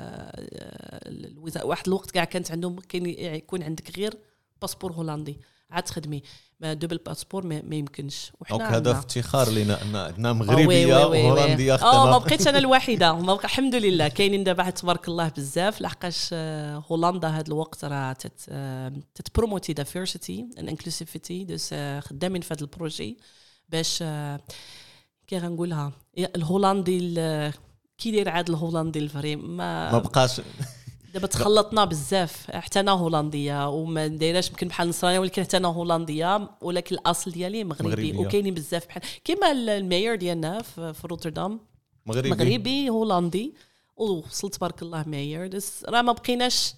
الوزاره. واحد الوقت كاع كانت عندهم كاين يكون عندك غير باسبور هولندي عاد تخدمي، ما دوبل باسبور ما, ما يمكنش. وحنا هذا افتخار لينا ان عندنا مغربيه وهولنديه خدمه. اه ما بقيتش انا الوحيده، ما بقى الحمد لله كاينين دابا تبارك الله بزاف، لحقاش هولندا هذا الوقت راه تتبروموتي دايفرسيتي اند انكلوسيفيتي، دوس خدامين في هذا البروجي باش كي غنقولها الهولندي كي داير عاد الهولندي الفري ما ما بقاش. دابا تخلطنا بزاف، حتى انا هولنديه وما دايراش يمكن بحال نصرانيه، ولكن حتى انا هولنديه ولكن الاصل ديالي مغربي. وكاينين بزاف بحال كيما المير ديالنا في روتردام مغربي مغربي هولندي، ووصلت تبارك الله مير. راه ما بقيناش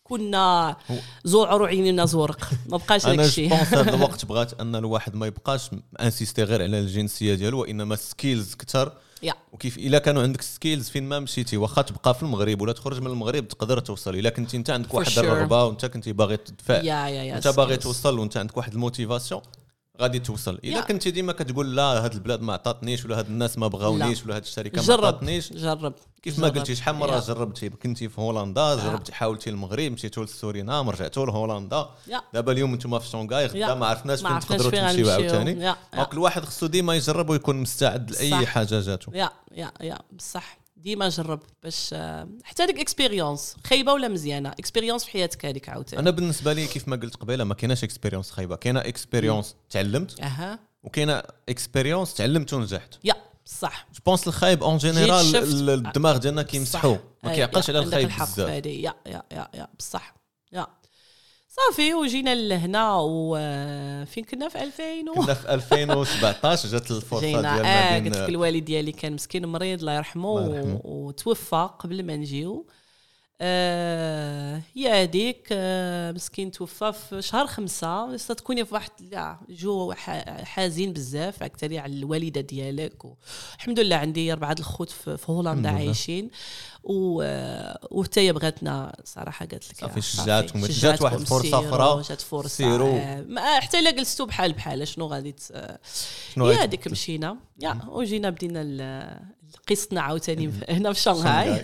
كنا زعر عيننا زرق ما بقاش داك الشيء. انا جو هذا الوقت بغات ان الواحد ما يبقاش انسيستي غير على الجنسيه ديالو وانما سكيلز كثر. yeah. وكيف الا كانوا عندك سكيلز فين ما مشيتي واخا تبقى في المغرب ولا تخرج من المغرب تقدر توصل. الا كنتي انت عندك واحد sure. الرغبه وانت كنتي باغي تدفع yeah, yeah, yeah, انت باغي توصل وانت عندك واحد الموتيفاسيون غادي توصل. الا yeah. كنتي ديما كتقول لا هاد البلاد ما عطاتنيش ولا هاد الناس ما بغاونيش ولا هاد الشركه ما جرب. عطاتنيش جرب كيف ما قلتي شحال مره yeah. جربتي كنتي في هولندا جربتي حاولتي المغرب مشيتو للسورينام رجعتوا لهولندا yeah. دابا اليوم نتوما في شونغاي غدا yeah. ما عرفناش ما فين تقدروا تمشيو عاوتاني. دونك yeah. الواحد خصو ديما يجرب ويكون مستعد لاي حاجه جاتو. يا يا يا بصح ديما جرب باش حتى ديك اكسبيريونس خايبه ولا مزيانه اكسبيريونس في حياتك هذيك عاوتاني. انا بالنسبه لي كيف ما قلت قبيله ما كايناش اكسبيريونس خايبه كاينه اكسبيريونس تعلمت اها وكاينه اكسبيريونس تعلمت ونجحت. يا صح جو بونس الخايب اون جينيرال الدماغ ديالنا كيمسحوه ما كيعقلش على الخايب بزاف. يا يا يا يا بصح يا صافي وجينا لهنا وفين كنا في ألفين كنا في ألفين وسبعطاش جات الفرصه ديالنا بين قلت لك الوالد ديالي كان مسكين مريض الله يرحمه وتوفى قبل ما نجيو. آه هي هذيك آه مسكين توفى في شهر خمسة. ستكوني في واحد جو حزين بزاف اكثر على الوالده ديالك. الحمد لله عندي اربعه الخوت في هولندا عايشين وحتى هي بغاتنا صراحه قالت لك صافي شجعتهم جات واحد الفرصه اخرى جات فرصه آه حتى الا جلستوا بحال بحال شنو غادي هي هذيك مشينا يا وجينا بدينا قصتنا عاوتاني هنا في شنغهاي.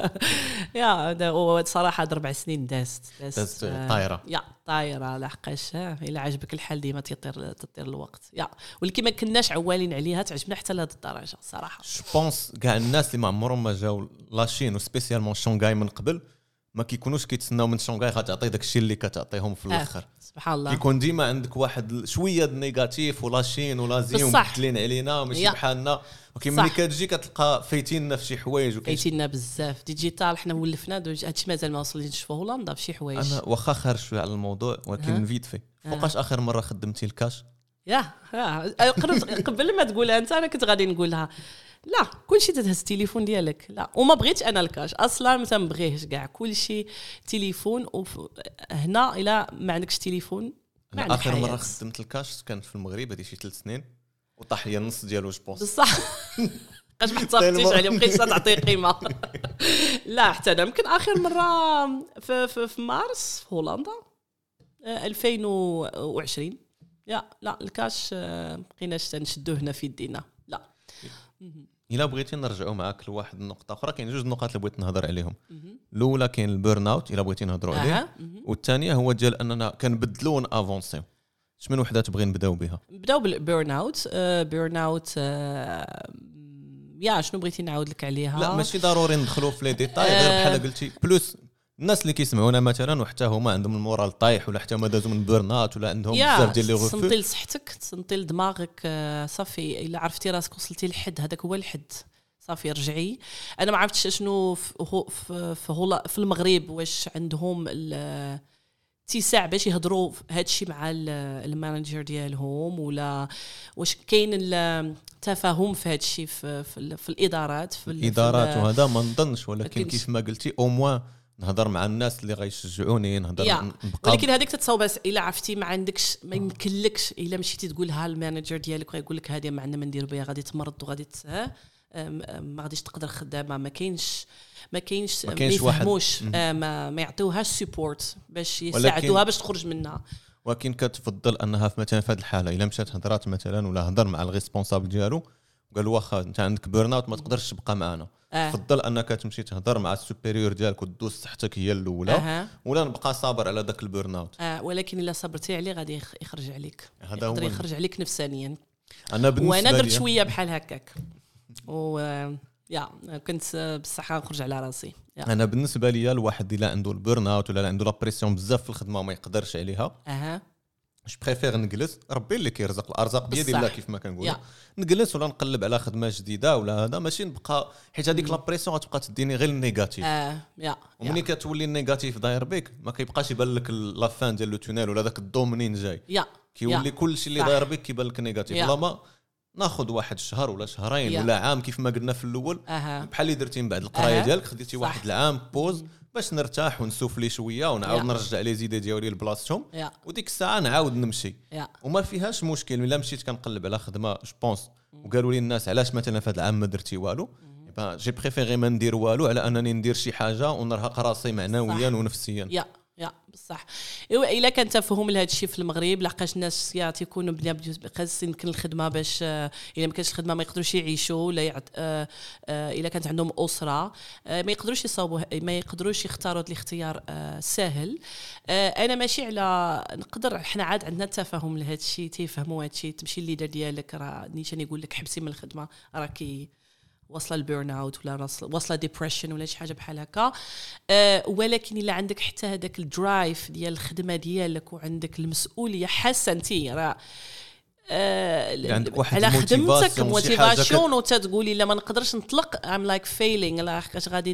يا صراحه اربع سنين دازت دازت طايره يا طايره لحقاش الا عجبك الحال ديما تطير تطير الوقت يا ولكن ما كناش عوالين عليها تعجبنا حتى لهذه الدرجه صراحه. جو بونس كاع الناس اللي ما عمرهم ما جاو لاشين وسبيسيالمون شونغاي من قبل ما كيكونوش كيتسناو من شونغاي غتعطي داكشي اللي كتعطيهم في الاخر. آه. سبحان الله كيكون ديما عندك واحد شويه د نيجاتيف ولاشين ولازين ومثلين علينا ماشي بحالنا ولكن ملي كتجي كتلقى فايتيننا في شي حوايج فايتيننا بزاف ديجيتال. حنا ولفنا هادشي مازال ما وصلناش في هولندا في شي حوايج. انا واخا خارج شويه على الموضوع ولكن فيت في فوقاش اخر مره خدمتي الكاش. يا قبل ما تقولها انت انا كنت غادي نقولها لا كلشي تهز التليفون ديالك لا وما بغيتش انا الكاش اصلا ما تنبغيهش كاع كلشي تليفون. وهنا الا ما عندكش تليفون ما عندك اخر مره خدمت الكاش كانت في المغرب هذه شي ثلاث سنين وطاح لي النص ديالو جو بونس بصح باش ما حسبتيش عليه بقيت تعطي قيمه. لا حتى انا يمكن اخر مره في, في, في مارس في هولندا ألفين وعشرين. يا لا الكاش بقيناش تنشدوه هنا في يدينا لا. الا بغيتي نرجعوا معاك لواحد النقطه اخرى كاين جوج نقاط اللي بغيت نهضر عليهم. الاولى كاين البيرن اوت الا بغيتي نهضروا عليه والثانيه هو ديال اننا كنبدلوا ونافونسيو. شمن وحده تبغي نبداو بها؟ نبداو بالبيرن اوت. بيرن اوت يا شنو بغيتي نعاود لك عليها؟ لا ماشي ضروري ندخلوا في لي ديتاي غير بحال قلتي بلوس الناس اللي كيسمعونا مثلا وحتى هما عندهم المورال طايح ولا حتى ما دازوا من بيرنات ولا عندهم بزاف ديال لي غوفو تصنتي لصحتك تصنتي لدماغك صافي الا عرفتي راسك وصلتي للحد هذاك هو الحد صافي رجعي. انا ما عرفتش شنو في في في, في المغرب واش عندهم اتساع باش يهضروا هذا الشيء مع المانجر ديالهم ولا واش كاين التفاهم في هذا الشيء في, في, في الادارات في الادارات وهذا ما نظنش ولكن كيف ما قلتي او موان نهضر مع الناس اللي غيشجعوني نهضر نبقى. ولكن هذيك تتصاوب بس الا عرفتي ما عندكش ما يمكنلكش الا مشيتي تقولها المانجر ديالك غيقول لك هذه ما عندنا ما ندير بها غادي تمرض وغادي ما غاديش تقدر خدامه ما كاينش ما كاينش ما يفهموش ما, ما يعطيوهاش سبورت باش يساعدوها باش تخرج منها. ولكن كتفضل انها في مثلا في هذه الحاله الا مشات هضرات مثلا ولا هضر مع الريسبونسابل ديالو قال واخا انت عندك بيرن اوت ما تقدرش تبقى معنا آه. فضل انك تمشي تهضر مع السوبيريور ديالك ودوز صحتك هي الاولى آه. ولا نبقى صابر على داك البيرن اوت آه. ولكن الا صبرتي عليه غادي يخرج عليك هذا يقدر يخرج عليك نفسانيا. انا بالنسبه وانا درت شويه بحال هكاك و يا كنت بصح نخرج على راسي. انا بالنسبه لي الواحد الا عنده البيرن اوت ولا عنده لا بريسيون بزاف في الخدمه وما يقدرش عليها اها جو بريفير نجلس ربي اللي كيرزق الارزاق بيد الله كيف ما كنقول نجلس ولا نقلب على خدمه جديده ولا هذا ماشي نبقى حيت هذيك لا بريسيون غتبقى تديني غير النيجاتيف. اه يا ومني كتولي النيجاتيف داير بك ما كيبقاش يبان لك لا فان ديال لو تونيل ولا داك الضو منين جاي يا كيولي كلشي اللي داير بك كيبان لك نيجاتيف. ولا ما ناخذ واحد شهر ولا شهرين ولا عام كيف ما قلنا في الاول بحال اللي درتي من بعد القرايه ديالك خديتي واحد العام بوز باش نرتاح ونسوفلي شويه ونعاود Yeah. نرجع لي زيدي ديالي لبلاصتهم يا وديك الساعه نعاود نمشي يا وما فيهاش مشكل. الا مشيت كنقلب على خدمه جو بونس وقالوا لي الناس علاش مثلا في هذا العام ما درتي والو يبقى جي بريفيري ما ندير والو على انني ندير شي حاجه ونرهق راسي معنويا ونفسيا. يا يا بصح ايوا الا كان تفهم لهذا الشيء في المغرب لحقاش الناس يا تيكونوا بلا خاص يمكن الخدمه باش الا ما كانش الخدمه ما يقدروش يعيشوا ولا يعت... آه آه الا كانت عندهم اسره آه ما يقدروش يصاوبوا ما يقدروش يختاروا الاختيار آه سهل. آه انا ماشي على نقدر حنا عاد عندنا التفاهم لهذا الشيء تيفهموا هذا الشيء تمشي الليدر ديالك راه نيشان يقول لك حبسي من الخدمه راكي وصل البيرن اوت ولا وصل ديبريشن ولا شي حاجه بحال هكا. أه ولكن الا عندك حتى هذاك الدرايف ديال الخدمه ديالك وعندك المسؤوليه حاسه انت راه آه عندك واحد على خدمتك موتيفاسيون كت... وتتقولي لا ما نقدرش نطلق ام لايك فيلينغ لا حقاش غادي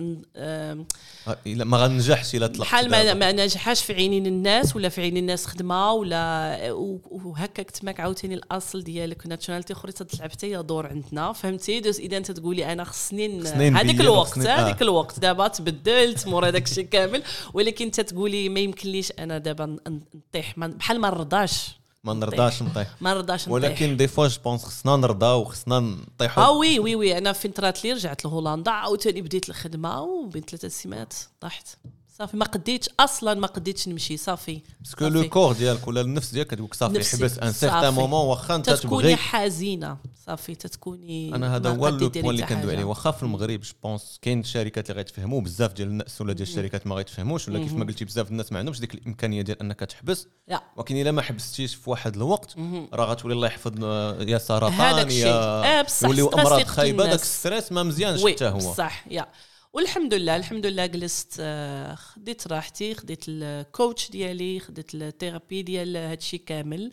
الا ما غنجحش الا طلقت بحال ما, ما نجحش في عينين الناس ولا في عينين الناس خدمه ولا وهكاك تماك عاوتاني الاصل ديالك ناتشوناليتي اخرى تلعب حتى هي دور عندنا فهمتي. دوز اذا انت تقولي انا خصني هذيك الوقت هذيك الوقت دابا تبدلت مور هذاك الشيء كامل ولكن انت تقولي ما يمكنليش انا دابا نطيح بحال ما نرضاش ما نرضاش نطيح ما نرضاش نطيح ولكن دي فوا جو بونس خصنا نرضاو وخصنا نطيحوا. اه وي وي وي انا فين طرات لي رجعت لهولندا عاوتاني بديت الخدمه وبين ثلاثه سيمات طحت صافي ما قديتش اصلا ما قديتش نمشي صافي باسكو لو كور ديالك ولا النفس ديالك كتقول صافي حبس ان سيغتان مومون واخا انت تبغي تكوني حزينه صافي تتكوني. انا هذا هو البوين اللي كندوي عليه واخا في المغرب جو بونس كاين شركات اللي غيتفهموا بزاف ديال الناس ولا ديال الشركات ما غيتفهموش ولا كيف ما قلتي بزاف الناس ما عندهمش ديك الامكانيه ديال انك تحبس ولكن الا ما حبستيش في واحد الوقت راه غتولي الله يحفظ يا سرطان يا يوليو امراض خايبه داك الستريس ما مزيانش حتى هو صح يا والحمد لله الحمد لله جلست خديت راحتي خديت الكوتش ديالي خديت الثيرابي ديال هادشي كامل.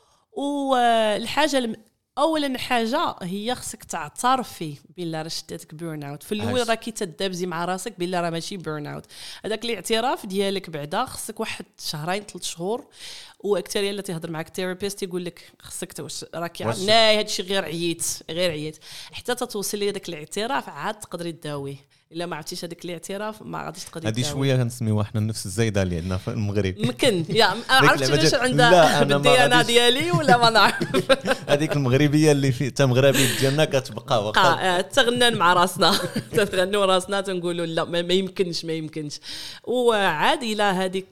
والحاجه اولا حاجه هي خصك تعترفي بلا راه شداتك بيرن اوت في الاول راكي تدابزي مع راسك بلا راه ماشي بيرن اوت هذاك الاعتراف ديالك بعدا خصك واحد شهرين ثلاث شهور واكثريه اللي تهضر معك ثيرابيست يقول لك خصك راكي ناي هادشي غير عييت غير عييت حتى تتوصلي لذاك الاعتراف عاد تقدري تداويه. الا ما عرفتيش هذاك الاعتراف ما غاديش تقدري هذه شويه كنسميوها حنا النفس الزايده اللي عندنا في المغرب يمكن يا عرفتي واش عندها بالديانه ديالي ولا ما نعرف هذيك المغربيه اللي في تا مغربي ديالنا كتبقى واخا تغنن مع راسنا تغنوا راسنا تنقولوا لا ما يمكنش ما يمكنش وعاد الى هذيك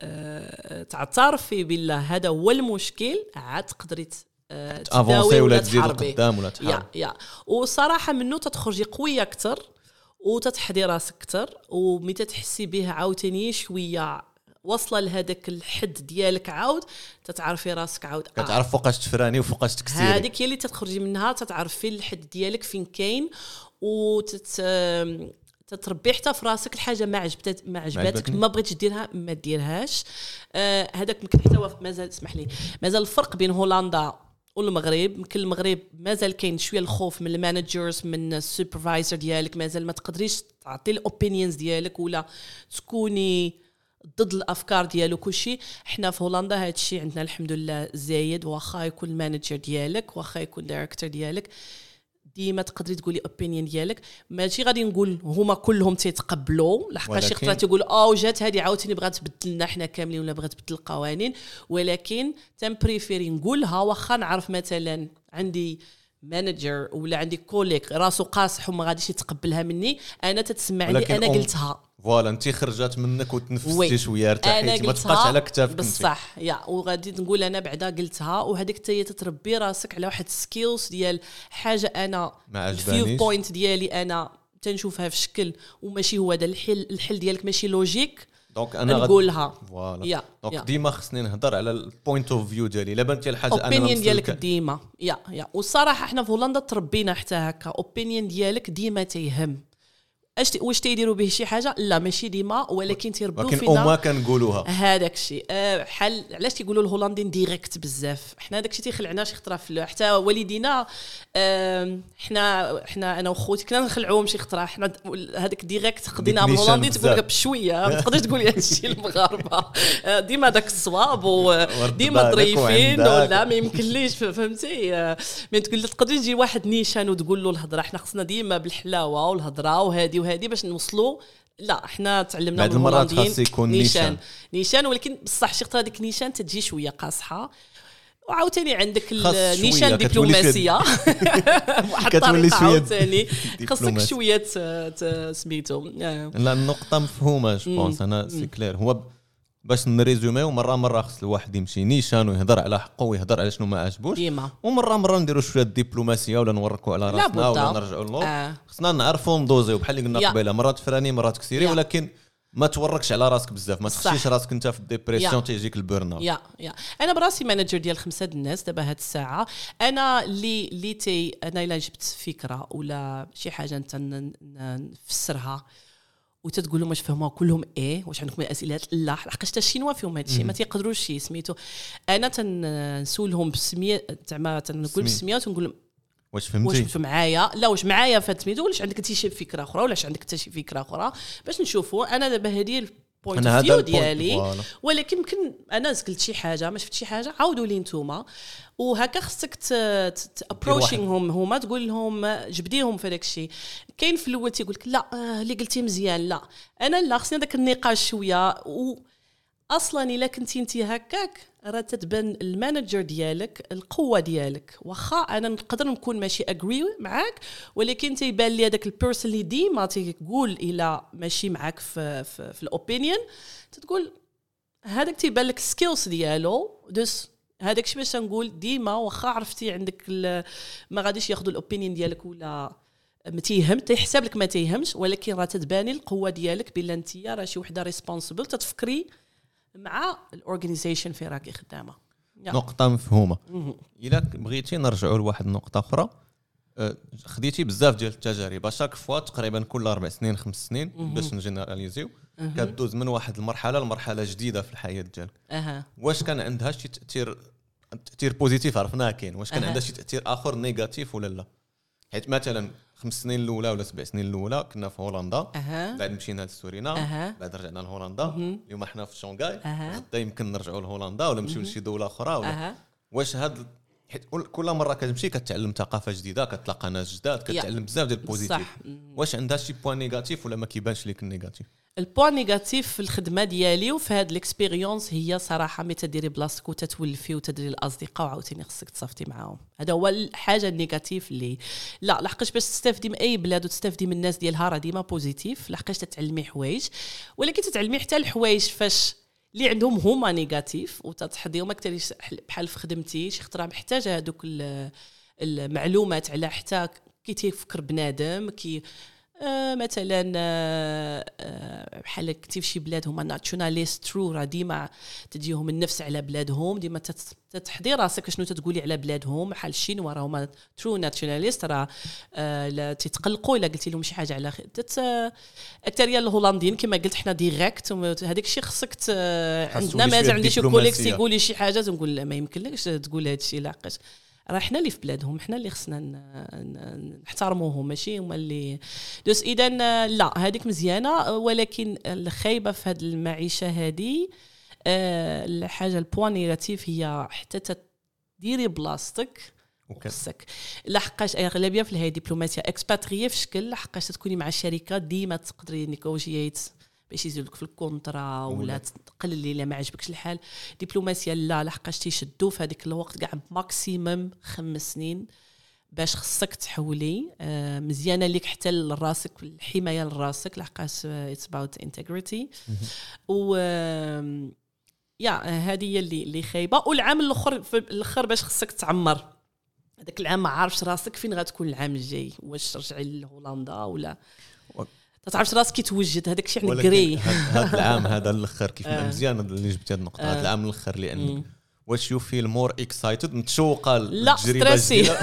تعترفي بالله هذا هو المشكل عاد تقدري تافونسي ولا تزيد قدام ولا تحارب يا يا وصراحه منه تتخرجي قويه اكثر وتتحدي راسك اكثر ومتى تحسي بها عاوتاني شويه وصله لهذاك الحد ديالك عاود تتعرفي راسك عاود كتعرف فوقاش تفراني وفوقاش تكسيري هذيك هي اللي تتخرجي منها تتعرفي الحد ديالك فين كاين وتت تتربي حتى في راسك الحاجه ما عجبتك ما عجبتك ما بغيتش ديرها ما ديرهاش. آه هذاك ممكن حتى مازال اسمح لي مازال الفرق بين هولندا والمغرب يمكن المغرب مازال كاين شويه الخوف من المانجرز من السوبرفايزر ديالك مازال ما تقدريش تعطي الاوبينيونز ديالك ولا تكوني ضد الافكار ديالو كلشي. حنا في هولندا هذا الشيء عندنا الحمد لله زايد واخا يكون المانجر ديالك واخا يكون دايركتور ديالك ديما تقدري تقولي اوبينيون ديالك ماشي غادي نقول هما كلهم تيتقبلوا لحقاش شي خطره تقول او جات هذه عاوتاني بغات تبدلنا حنا كاملين ولا بغات تبدل القوانين ولكن تمبريفيري نقولها واخا نعرف مثلا عندي مانجر ولا عندي كوليك راسو قاصح وما غاديش يتقبلها مني انا تتسمعني انا قلتها فوالا انت خرجات منك وتنفستي شويه ارتحيتي ما تبقاش على كتافك بصح يا وغادي نقول انا بعدا قلتها وهذيك حتى هي تتربي راسك على واحد سكيلز ديال حاجه انا الفيو بوينت ديالي انا تنشوفها في شكل وماشي هو هذا الحل الحل ديالك ماشي لوجيك دونك انا نقولها فوالا دونك ديما خصني نهضر على البوينت اوف فيو ديالي الا بانت الحاجه انا اوبينيون ديالك ديما يا يا والصراحه احنا في هولندا تربينا حتى هكا اوبينيون ديالك ديما تيهم اش واش تيديروا به شي حاجه لا ماشي ديما ولكن تيربوا فينا ولكن وما كنقولوها هذاك الشيء بحال أه علاش تيقولوا الهولنديين ديريكت بزاف حنا داك الشيء تيخلعنا شي خطره في حتى والدينا أه حنا حنا انا وخوتي كنا نخلعوهم شي خطره حنا هذاك ديريكت خدينا بالهولندي تقول لك بشويه ما تقدرش تقولي هذا الشيء المغاربه ديما داك الصواب وديما ظريفين ولا ما يمكنليش فهمتي ما تقول تقدري تجي واحد نيشان وتقول له الهضره حنا خصنا ديما بالحلاوه والهضره وهذه وهذه باش نوصلوا لا احنا تعلمنا بعد من المرات الهولنديين خاص يكون نيشان نيشان ولكن بصح شي خطره هذيك نيشان تجي شويه قاصحه. وعاوتاني عندك خاص النيشان شوية، كتولي دبلوماسيه واحد كتولي الطريقه شوية عاوتاني خاصك دبلوماسي. شويه ت- ت- سميتو آه. لا النقطة مفهومة جو بونس انا سي كلير. هو ب- باش نريزوميو مرة مرة خص الواحد يمشي نيشان ويهضر على حقه ويهضر على شنو ما عجبوش، ديما ومرة مرة نديرو شوية دبلوماسية ولا نوركو على لا راسنا ولا بد. نرجعوا للور. آه. خصنا نعرفوا ندوزيو بحال اللي قلنا يا. قبيله، مرات فراني مرات كثيري، يا. ولكن ما توركش على راسك بزاف، ما صح. تخشيش راسك انت في الديبرسيون يا. تيجيك البيرن اوت. يا يا انا براسي مانجر ديال خمسه د الناس دابا هاد الساعه. انا اللي اللي تي انا الا جبت فكره ولا شي حاجه انت ن- ن- نفسرها وتتقول لهم واش فهموها كلهم ايه واش عندكم اسئله لا لحقاش حتى الشينوا فيهم هادشي ما تيقدروش سميتو. انا تنسولهم بسميه زعما تنقول سمية. بسميه وتنقول لهم واش واش فهمتي؟ في معايا لا واش معايا فهاد سميتو ولاش عندك انت شي فكره اخرى ولاش عندك حتى شي فكره اخرى باش نشوفوا. انا دابا هذه البوينت انا فيو هذا البوينت، ديالي فوالا. ولكن يمكن انا قلت شي حاجه ما شفت شي حاجه عاودوا لي نتوما وهكا خصك ابروشينغهم هما تقول لهم جبديهم في داك الشيء. كاين في الاول تيقول لك لا آه، اللي قلتي مزيان لا انا لا خصني داك النقاش شويه. و اصلا الا كنتي انت هكاك راه تتبان المانجر ديالك القوه ديالك. واخا انا نقدر نكون ماشي اجري معاك ولكن تيبان لي هذاك البيرسون اللي ديما تيقول الى ماشي معاك في في, في الاوبينيون تتقول هذاك تيبان لك سكيلز ديالو دس هذاك شي باش نقول ديما واخا عرفتي عندك ما غاديش ياخذوا الاوبينيون ديالك ولا ما تيهم تيحسب لك ما تيهمش ولكن راه تتباني القوه ديالك بلا انت راه شي وحده ريسبونسبل تتفكري مع الاورغانيزيشن في راكي خدامه. نقطة مفهومة. إلا بغيتي نرجعوا لواحد النقطة أخرى، أه، خديتي بزاف ديال التجارب شاك فوا تقريبا كل أربع سنين خمس سنين باش نجينيراليزيو كدوز من واحد المرحلة لمرحلة جديدة في الحياة ديالك. اها واش كان عندها شي تأثير تأثير بوزيتيف عرفناه كاين، واش كان أها. عندها شي تأثير آخر نيجاتيف ولا لا؟ حيت مثلا خمس سنين الأولى ولا سبع سنين الأولى كنا في هولندا، اها بعد مشينا لسورينام، أها. بعد رجعنا لهولندا، اليوم حنا في شونغاي، أها. غدا يمكن نرجعوا لهولندا ولا نمشيو لشي دولة أخرى ولا اها واش هاد حيت كل مره كتمشي كتعلم ثقافه جديده، كتلاقى ناس جداد، كتعلم بزاف ديال البوزيتيف. صح. واش عندها شي بوين نيجاتيف ولا ما كيبانش ليك النيجاتيف؟ البوان نيجاتيف في الخدمه ديالي وفي هاد الاكسبيريونس هي صراحه ملي تديري بلاصتك وتتولفي وتديري الاصدقاء وعاوتاني خصك تصافتي معاهم. هذا هو الحاجه النيجاتيف اللي لا لحقاش باش تستافدي من اي بلاد وتستافدي من الناس ديالها راه ديما بوزيتيف لحقاش تتعلمي حوايج ولكن تتعلمي حتى الحوايج فاش اللي عندهم هما نيجاتيف وتتحضيهم اكثر بحال في خدمتي شي خطره محتاجه هذوك المعلومات على حتى كي تيفكر بنادم كي آه مثلا آه آه بحال كنتي في شي بلاد هما ناتشوناليست ترو راه ديما تديهم النفس على بلادهم ديما تتحضي راسك شنو تتقولي على بلادهم بحال الشينوا راه هما ترو ناتشوناليست راه آه لا تتقلقوا الا قلتي لهم شي حاجه على تت اكثريه الهولنديين كما قلت حنا ديريكت هذاك الشيء خصك عندنا مازال عندي شي كوليكس يقول لي شي حاجه تنقول لا ما يمكنلكش تقول هذا الشيء لاقاش راه حنا اللي في بلادهم حنا اللي خصنا نحترموهم ماشي هما اللي دوس. اذا لا هذيك مزيانه ولكن الخايبه في هذه المعيشه هذه أه الحاجه البوان نيجاتيف هي حتى تديري بلاصتك وخصك لحقاش اغلبيه في هذه دبلوماسيه اكسباتريي في شكل لحقاش تكوني مع الشركات ديما تقدري نيكوشيات باش يزيدوك في الكونترا ولا تقللي الا ما عجبكش الحال. دبلوماسيه لا لحقاش تيشدوا في هذيك الوقت كاع ماكسيمم خمس سنين باش خصك تحولي آه مزيانه ليك حتى لراسك الحمايه لراسك لحقاش اتس اباوت انتجريتي و يا هذه هي اللي اللي خايبه. والعام الاخر في الاخر باش خصك تعمر هذاك العام ما عارفش راسك فين غتكون العام الجاي واش ترجعي لهولندا ولا تعرفش راسك كيتوجد هذاك الشيء يعني كري. هذا العام هذا الاخر كيف آه. مزيان اللي جبتي هذه النقطه هذا آه. العام الاخر لان واش يو فيل مور اكسايتد متشوقه للتجربه الجديده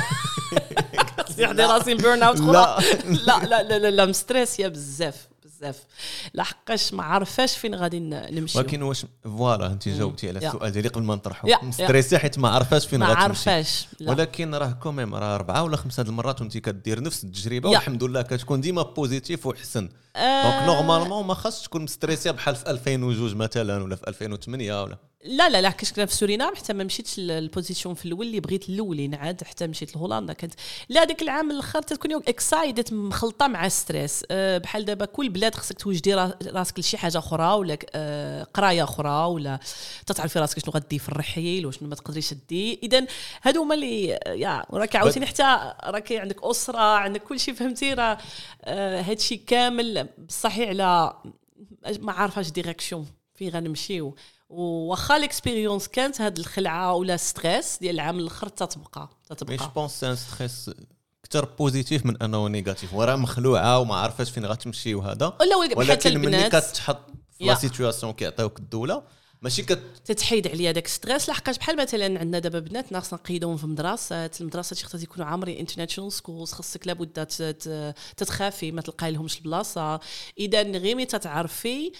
يحضي راسي البيرن اوت لا لا لا لا لا مستريسيه بزاف بزاف لحقاش ما عارفاش فين غادي نمشي. ولكن واش فوالا انت جاوبتي على السؤال ديالي قبل ما نطرحه مستريسيه حيت ما عارفاش فين غادي تمشي ما عارفاش ولكن راه كوميم راه اربعه ولا خمسه د المرات وانت كدير نفس التجربه والحمد لله كتكون ديما بوزيتيف وحسن دونك نورمالمون ما خاصش تكون مستريسيه بحال في ألفين وجوج مثلا ولا في ألفين وثمانية ولا لا لا لا كنت في سورينام حتى ما مشيتش للبوزيشن في الاول اللي بغيت الاولين عاد حتى مشيت لهولندا. كانت لا ديك العام الاخر تكون اكسايدت مخلطه مع ستريس. أه بحال دابا كل بلاد خصك توجدي راسك لشي حاجه اخرى ولا أه قرايه اخرى ولا تتعرفي راسك شنو غدي في الرحيل وشنو ما تقدريش دي. اذا هادو هما اللي يا راك عاوتاني حتى راكي عندك اسره عندك كل شيء فهمتي راه أه هادشي كامل بصحيح على ما عارفاش ديريكسيون فين غنمشيو. وواخا ليكسبيريونس كانت هاد الخلعه ولا ستريس ديال العام الاخر تتبقى تتبقى مي جو بونس ان ستريس اكثر بوزيتيف من انه نيجاتيف وراه مخلوعه وما عارفاش فين غتمشي وهذا. ولكن ملي كتحط في لا سيتوياسيون كيعطيوك الدوله ماشي كت تتحيد عليا داك ستريس. لحقاش بحال مثلا عندنا دابا بنات خصنا نقيدوهم في مدرسات المدرسه شي خصها يكونوا عامرين انترناشونال سكولز خصك لابد تتخافي ما تلقاي لهمش البلاصه. اذا غير ملي تتعرفي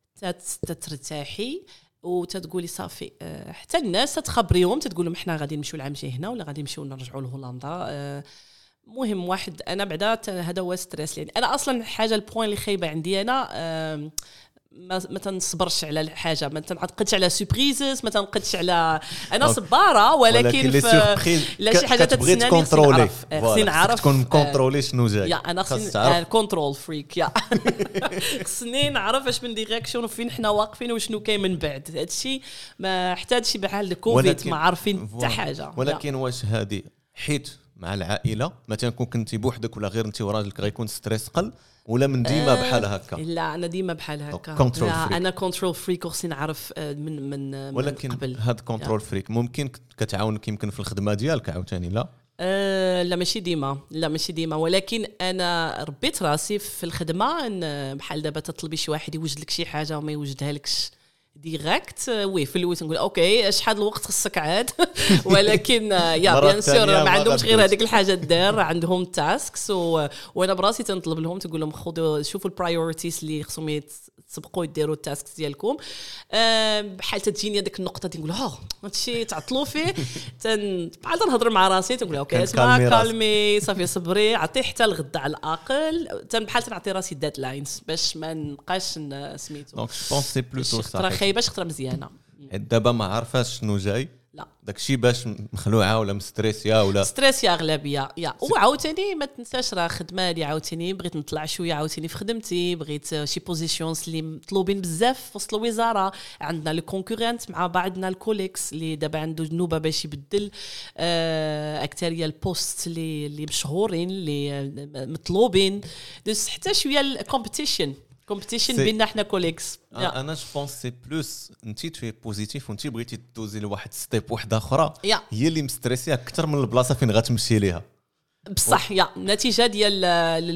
تترتاحي وتتقولي صافي حتى الناس تخبريهم تتقول لهم حنا غادي نمشيو العام الجاي هنا ولا غادي نمشيو نرجعوا لهولندا. مهم واحد انا بعدا هذا هو ستريس لان انا اصلا حاجه البوين اللي خايبه عندي انا ما ما تنصبرش على الحاجه ما تنعقدش على سوربريزز ما تنقدش على انا صباره ولكن في لا شي حاجه تتسناني كونترولي خصني نعرف تكون كونترولي شنو جاي يا انا خصني كنترول فريك يا خصني نعرف اش من ديريكسيون وفين حنا واقفين وشنو كاين من بعد. هادشي ما حتى شي بحال الكوفيد ما عارفين حتى حاجه. ولكن واش هذه حيت مع العائله مثلا كون كنتي بوحدك ولا غير انت وراجلك غيكون ستريس قل ولا من ديما بحال هكا؟ لا انا ديما بحال هكا. لا انا كنترول فريك وخصني نعرف من من ولكن قبل. هاد كنترول فريك ممكن كتعاونك يمكن في الخدمه ديالك عاوتاني لا أه لا ماشي ديما لا ماشي ديما ولكن انا ربيت راسي في الخدمه ان بحال دابا تطلبي شي واحد يوجد لك شي حاجه وما يوجدها لكش ديريكت وي في الاول نقول اوكي شحال الوقت خصك عاد ولكن يا بيان سور ما عندهمش غير هذيك الحاجه دار عندهم تاسكس و... وانا براسي تنطلب لهم تقول لهم خذوا شوفوا البرايورتيز اللي خصهم يتسبقوا يديروا التاسكس ديالكم. أه بحال تجيني هذيك النقطه تنقول ها هادشي تعطلوا فيه تن بحال تنهضر مع راسي تنقول اوكي اسمع كالمي صافي صبري عطي حتى الغدا على الاقل تن بحال تنعطي راسي ديد لاينز باش ما نبقاش سميتو. دونك جو بونس سي بلوتو صح خايبه خطره مزيانه. دابا ما عارفاش شنو جاي لا داكشي باش مخلوعه ولا مستريسيا ولا ستريس يا اغلبيه يا وعاوتاني ما تنساش راه خدمه دي عاوتاني بغيت نطلع شويه عاوتاني في خدمتي بغيت شي بوزيشنز اللي مطلوبين بزاف في وسط الوزاره. عندنا لو كونكورنت مع بعضنا الكوليكس اللي دابا عنده نوبه باش يبدل آه اكثريه البوست اللي اللي مشهورين اللي مطلوبين دوز حتى شويه الكومبيتيشن كومبيتيشن بيننا حنا كوليكس. آه انا جو بونس سي بلوس انت توي بوزيتيف وانت بغيتي تدوزي لواحد ستيب واحده اخرى yeah. هي اللي مستريسيه اكثر من البلاصه فين غتمشي ليها بصح يا النتيجه ديال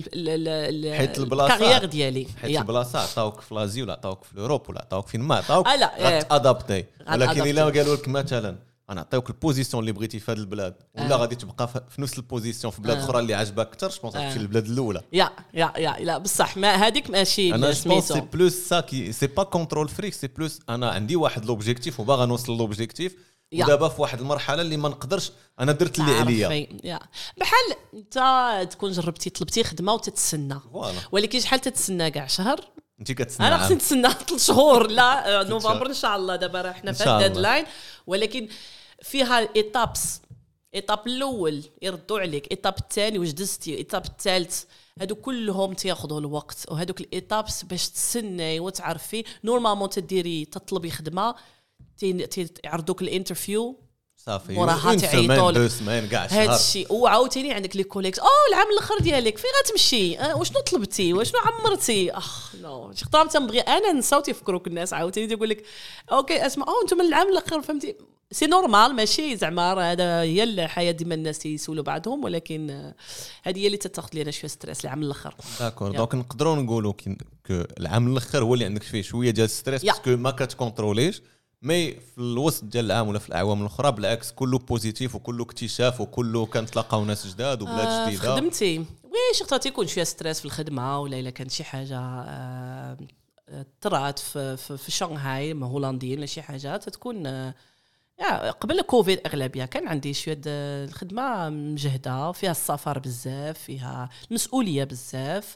حيت البلاصه الكارير ديالي حيت البلاصه عطاوك في لازي ولا عطاوك في اوروب ولا عطاوك فين ما عطاوك آه غاتادابتي. ولكن الا قالوا لك مثلا انا عطيوك البوزيسيون اللي بغيتي في هذه البلاد ولا آه. غادي تبقى في نفس البوزيسيون في بلاد آه. اخرى اللي عجبك اكثر جو بونس آه. في البلاد الاولى يا يا يا لا بصح ما هذيك ماشي انا جو بونس سي بلوس سا كي سي با كونترول فريك سي بلوس انا عندي واحد لوبجيكتيف وباغا نوصل لوبجيكتيف ودابا في واحد المرحله اللي ما نقدرش انا درت اللي عليا. بحال انت تكون جربتي طلبتي خدمه وتتسنى ولكن شحال تتسنى كاع شهر انت كتسنى انا خصني نتسنى ثلاث شهور لا نوفمبر ان شاء الله دابا راه حنا في الديدلاين ولكن فيها ايتابس. ايتاب الاول يردوا عليك ايتاب الثاني واش دزتي ايتاب الثالث هادو كلهم تياخذوا الوقت وهادوك الايتابس باش تسني وتعرفي نورمالمون تديري تطلبي خدمه تيعرضوك الانترفيو صافي وراها تعيطوا لك سمان كاع شهر هادشي. وعاوتاني عندك لي كوليكس او العام الاخر ديالك فين غتمشي أه وشنو طلبتي وشنو عمرتي اخ نو شي خطره تنبغي انا نساوتي يفكروك الناس عاوتاني تيقول لك اوكي اسمع او انتم العام الاخر فهمتي سي نورمال ماشي زعما هذا هي الحياه ديما الناس يسولوا بعضهم ولكن هذه هي اللي تتاخذ لينا شويه ستريس العام الاخر. داكور دونك نقدروا نقولوا كو العام الاخر هو اللي عندك فيه شويه ديال ستريس باسكو ما كتكونتروليش مي في الوسط ديال العام ولا في الاعوام الاخرى بالعكس كله بوزيتيف وكله اكتشاف وكله كنتلاقاو ناس جداد وبلاد آه جديده. خدمتي وي شي خطات يكون شويه ستريس في الخدمه ولا الا كانت شي حاجه آه طرات في في, في شنغهاي ما هولنديين ولا شي حاجه تتكون آه يا قبل الكوفيد اغلبيه كان عندي شويه الخدمه مجهده فيها السفر بزاف فيها مسؤوليه بزاف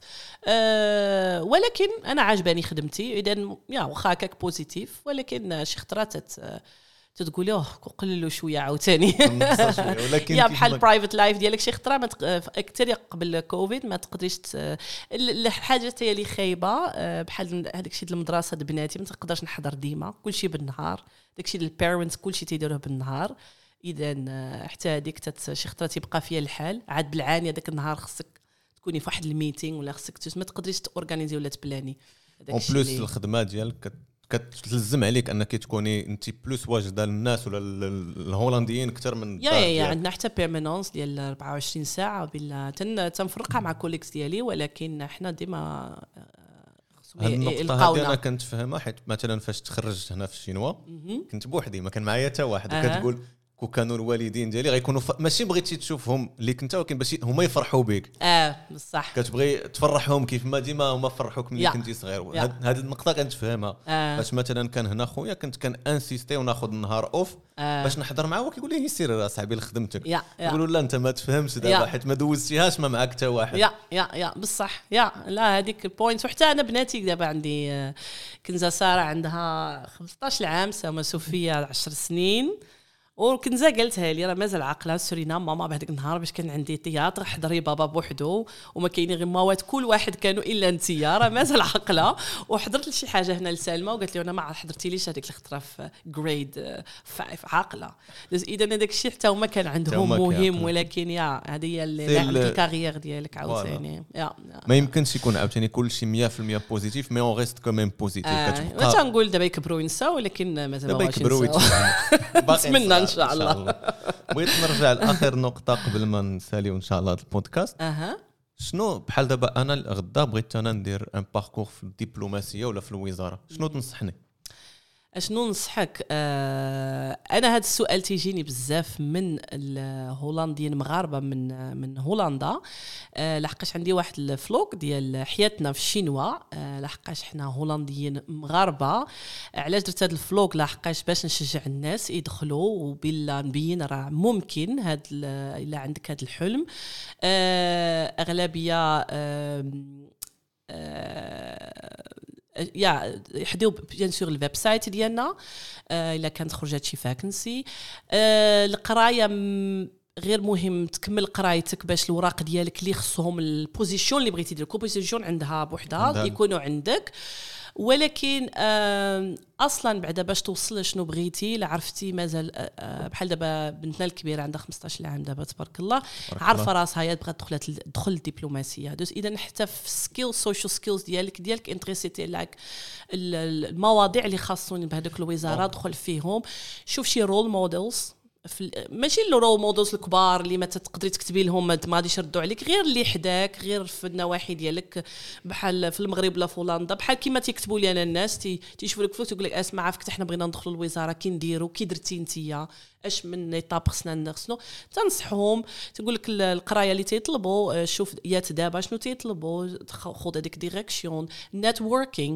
أه ولكن انا عجباني خدمتي اذا يا واخا هكاك بوزيتيف ولكن شي خطرات تتقولي اوه قللوا شويه عاوتاني ولكن يا بحال البرايفت لايف ديالك شي خطره ما اكثر قبل كوفيد ما تقدريش الحاجه هي اللي خايبه بحال هذاك الشيء ديال المدرسه د بناتي ما تقدرش نحضر ديما كلشي بالنهار داكشي ديال البيرنتس كلشي تيديروه بالنهار اذا حتى هذيك شي خطره تيبقى فيها الحال عاد بالعانيه داك النهار خصك تكوني في واحد الميتينغ ولا خصك ما تقدريش تورغانيزي ولا تبلاني اون بلوس الخدمه ديالك كتلزم عليك انك تكوني انت بلوس واجده للناس ولا الهولنديين اكثر من يا يا عندنا حتى بيرمانونس ديال أربعة وعشرين ساعه بلا تنفرقها مع كوليكس ديالي ولكن حنا ديما هاد النقطه هذه انا كنت فاهمها حيت مثلا فاش تخرجت هنا في الشينوا كنت بوحدي ما كان معايا حتى واحد أه. وكتقول كون كانوا الوالدين ديالي غيكونوا ف... ماشي بغيتي تشوفهم اللي كنت ولكن باش هما يفرحوا بك اه بصح كتبغي تفرحهم كيف ما ديما هما فرحوك ملي كنتي صغير هذه النقطه كنت فاهمها آه. باش مثلا كان هنا خويا كنت كان انسيستي وناخذ النهار اوف آه. باش نحضر معاه وكيقول لي سير صاحبي لخدمتك يقولوا لا انت ما تفهمش دابا حيت ما دوزتيهاش ما معك حتى واحد يا يا يا بصح يا لا هذيك البوينت وحتى انا بناتي دابا عندي كنزه ساره عندها خمسطاش عام سما صوفيا عشر سنين وكنزا قالتها لي راه مازال عاقله سورينام ماما بهذاك النهار باش كان عندي تياتر حضري بابا بوحدو وما كاينين غير موات كل واحد كانوا الا انتيا راه مازال عاقله وحضرت لشي حاجه هنا لسلمى وقالت لي انا ما حضرتي ليش هذيك الخطره في جريد خمسة عاقله اذا هذاك الشيء حتى هما كان عندهم مهم ولكن يا هذه هي الكارير ديالك عاوتاني يا ما يمكنش يكون عاوتاني كل شيء مية في المية بوزيتيف مي اون ريست كوميم بوزيتيف كتبقى ما تنقول دابا يكبروا ينساو ولكن مازال ما يكبروا نتمنى ان شاء الله. بغيت نرجع لاخر نقطه قبل ما نساليو ان شاء الله هذا البودكاست اها شنو بحال دابا انا غدا بغيت انا ندير ان باركور في الدبلوماسيه ولا في الوزاره شنو تنصحني اشنو ننصحك آه انا هذا السؤال تيجيني بزاف من الهولنديين مغاربه من من هولندا آه لحقاش عندي واحد الفلوق ديال حياتنا في الشينوا آه لحقاش حنا هولنديين مغاربه علاش درت هذا الفلوق لحقاش باش نشجع الناس يدخلوا وبلا نبين راه ممكن هذا الا عندك هذا الحلم آه اغلبيه آه آه يا يحديو بيان سور الويب سايت ديالنا آه الا كانت خرجت شي فاكنسي آه القرايه غير مهم تكمل قرايتك باش الوراق ديالك اللي خصهم البوزيشن اللي بغيتي دير البوزيشن عندها بوحدها يكونوا عندك ولكن اصلا بعدا باش توصل شنو بغيتي لا عرفتي مازال بحال دابا بنتنا الكبيره عندها خمسطاش عام دابا تبارك الله عارفه راسها هي بغات تدخل تدخل الدبلوماسيه دوز اذا حتى في سكيل سوشيال سكيلز ديالك ديالك انتريسيتي لاك المواضيع اللي خاصون بهذوك الوزاره دخل فيهم شوف شي رول موديلز ماشي الرول مودلز الكبار اللي ما تقدري تكتبي لهم ما غاديش يردوا عليك غير اللي حداك غير في النواحي ديالك بحال في المغرب ولا في هولندا بحال كيما تيكتبوا لي انا الناس تي تيشوفوا لك فلوس يقول لك اسمع عافاك حنا بغينا ندخلوا الوزاره كي نديروا كي درتي نتيا اش من ايطاب خصنا نخصنو تنصحهم تقول لك القرايه اللي تيطلبوا شوف يات دابا شنو تيطلبوا خذ هذيك ديريكسيون نتوركينغ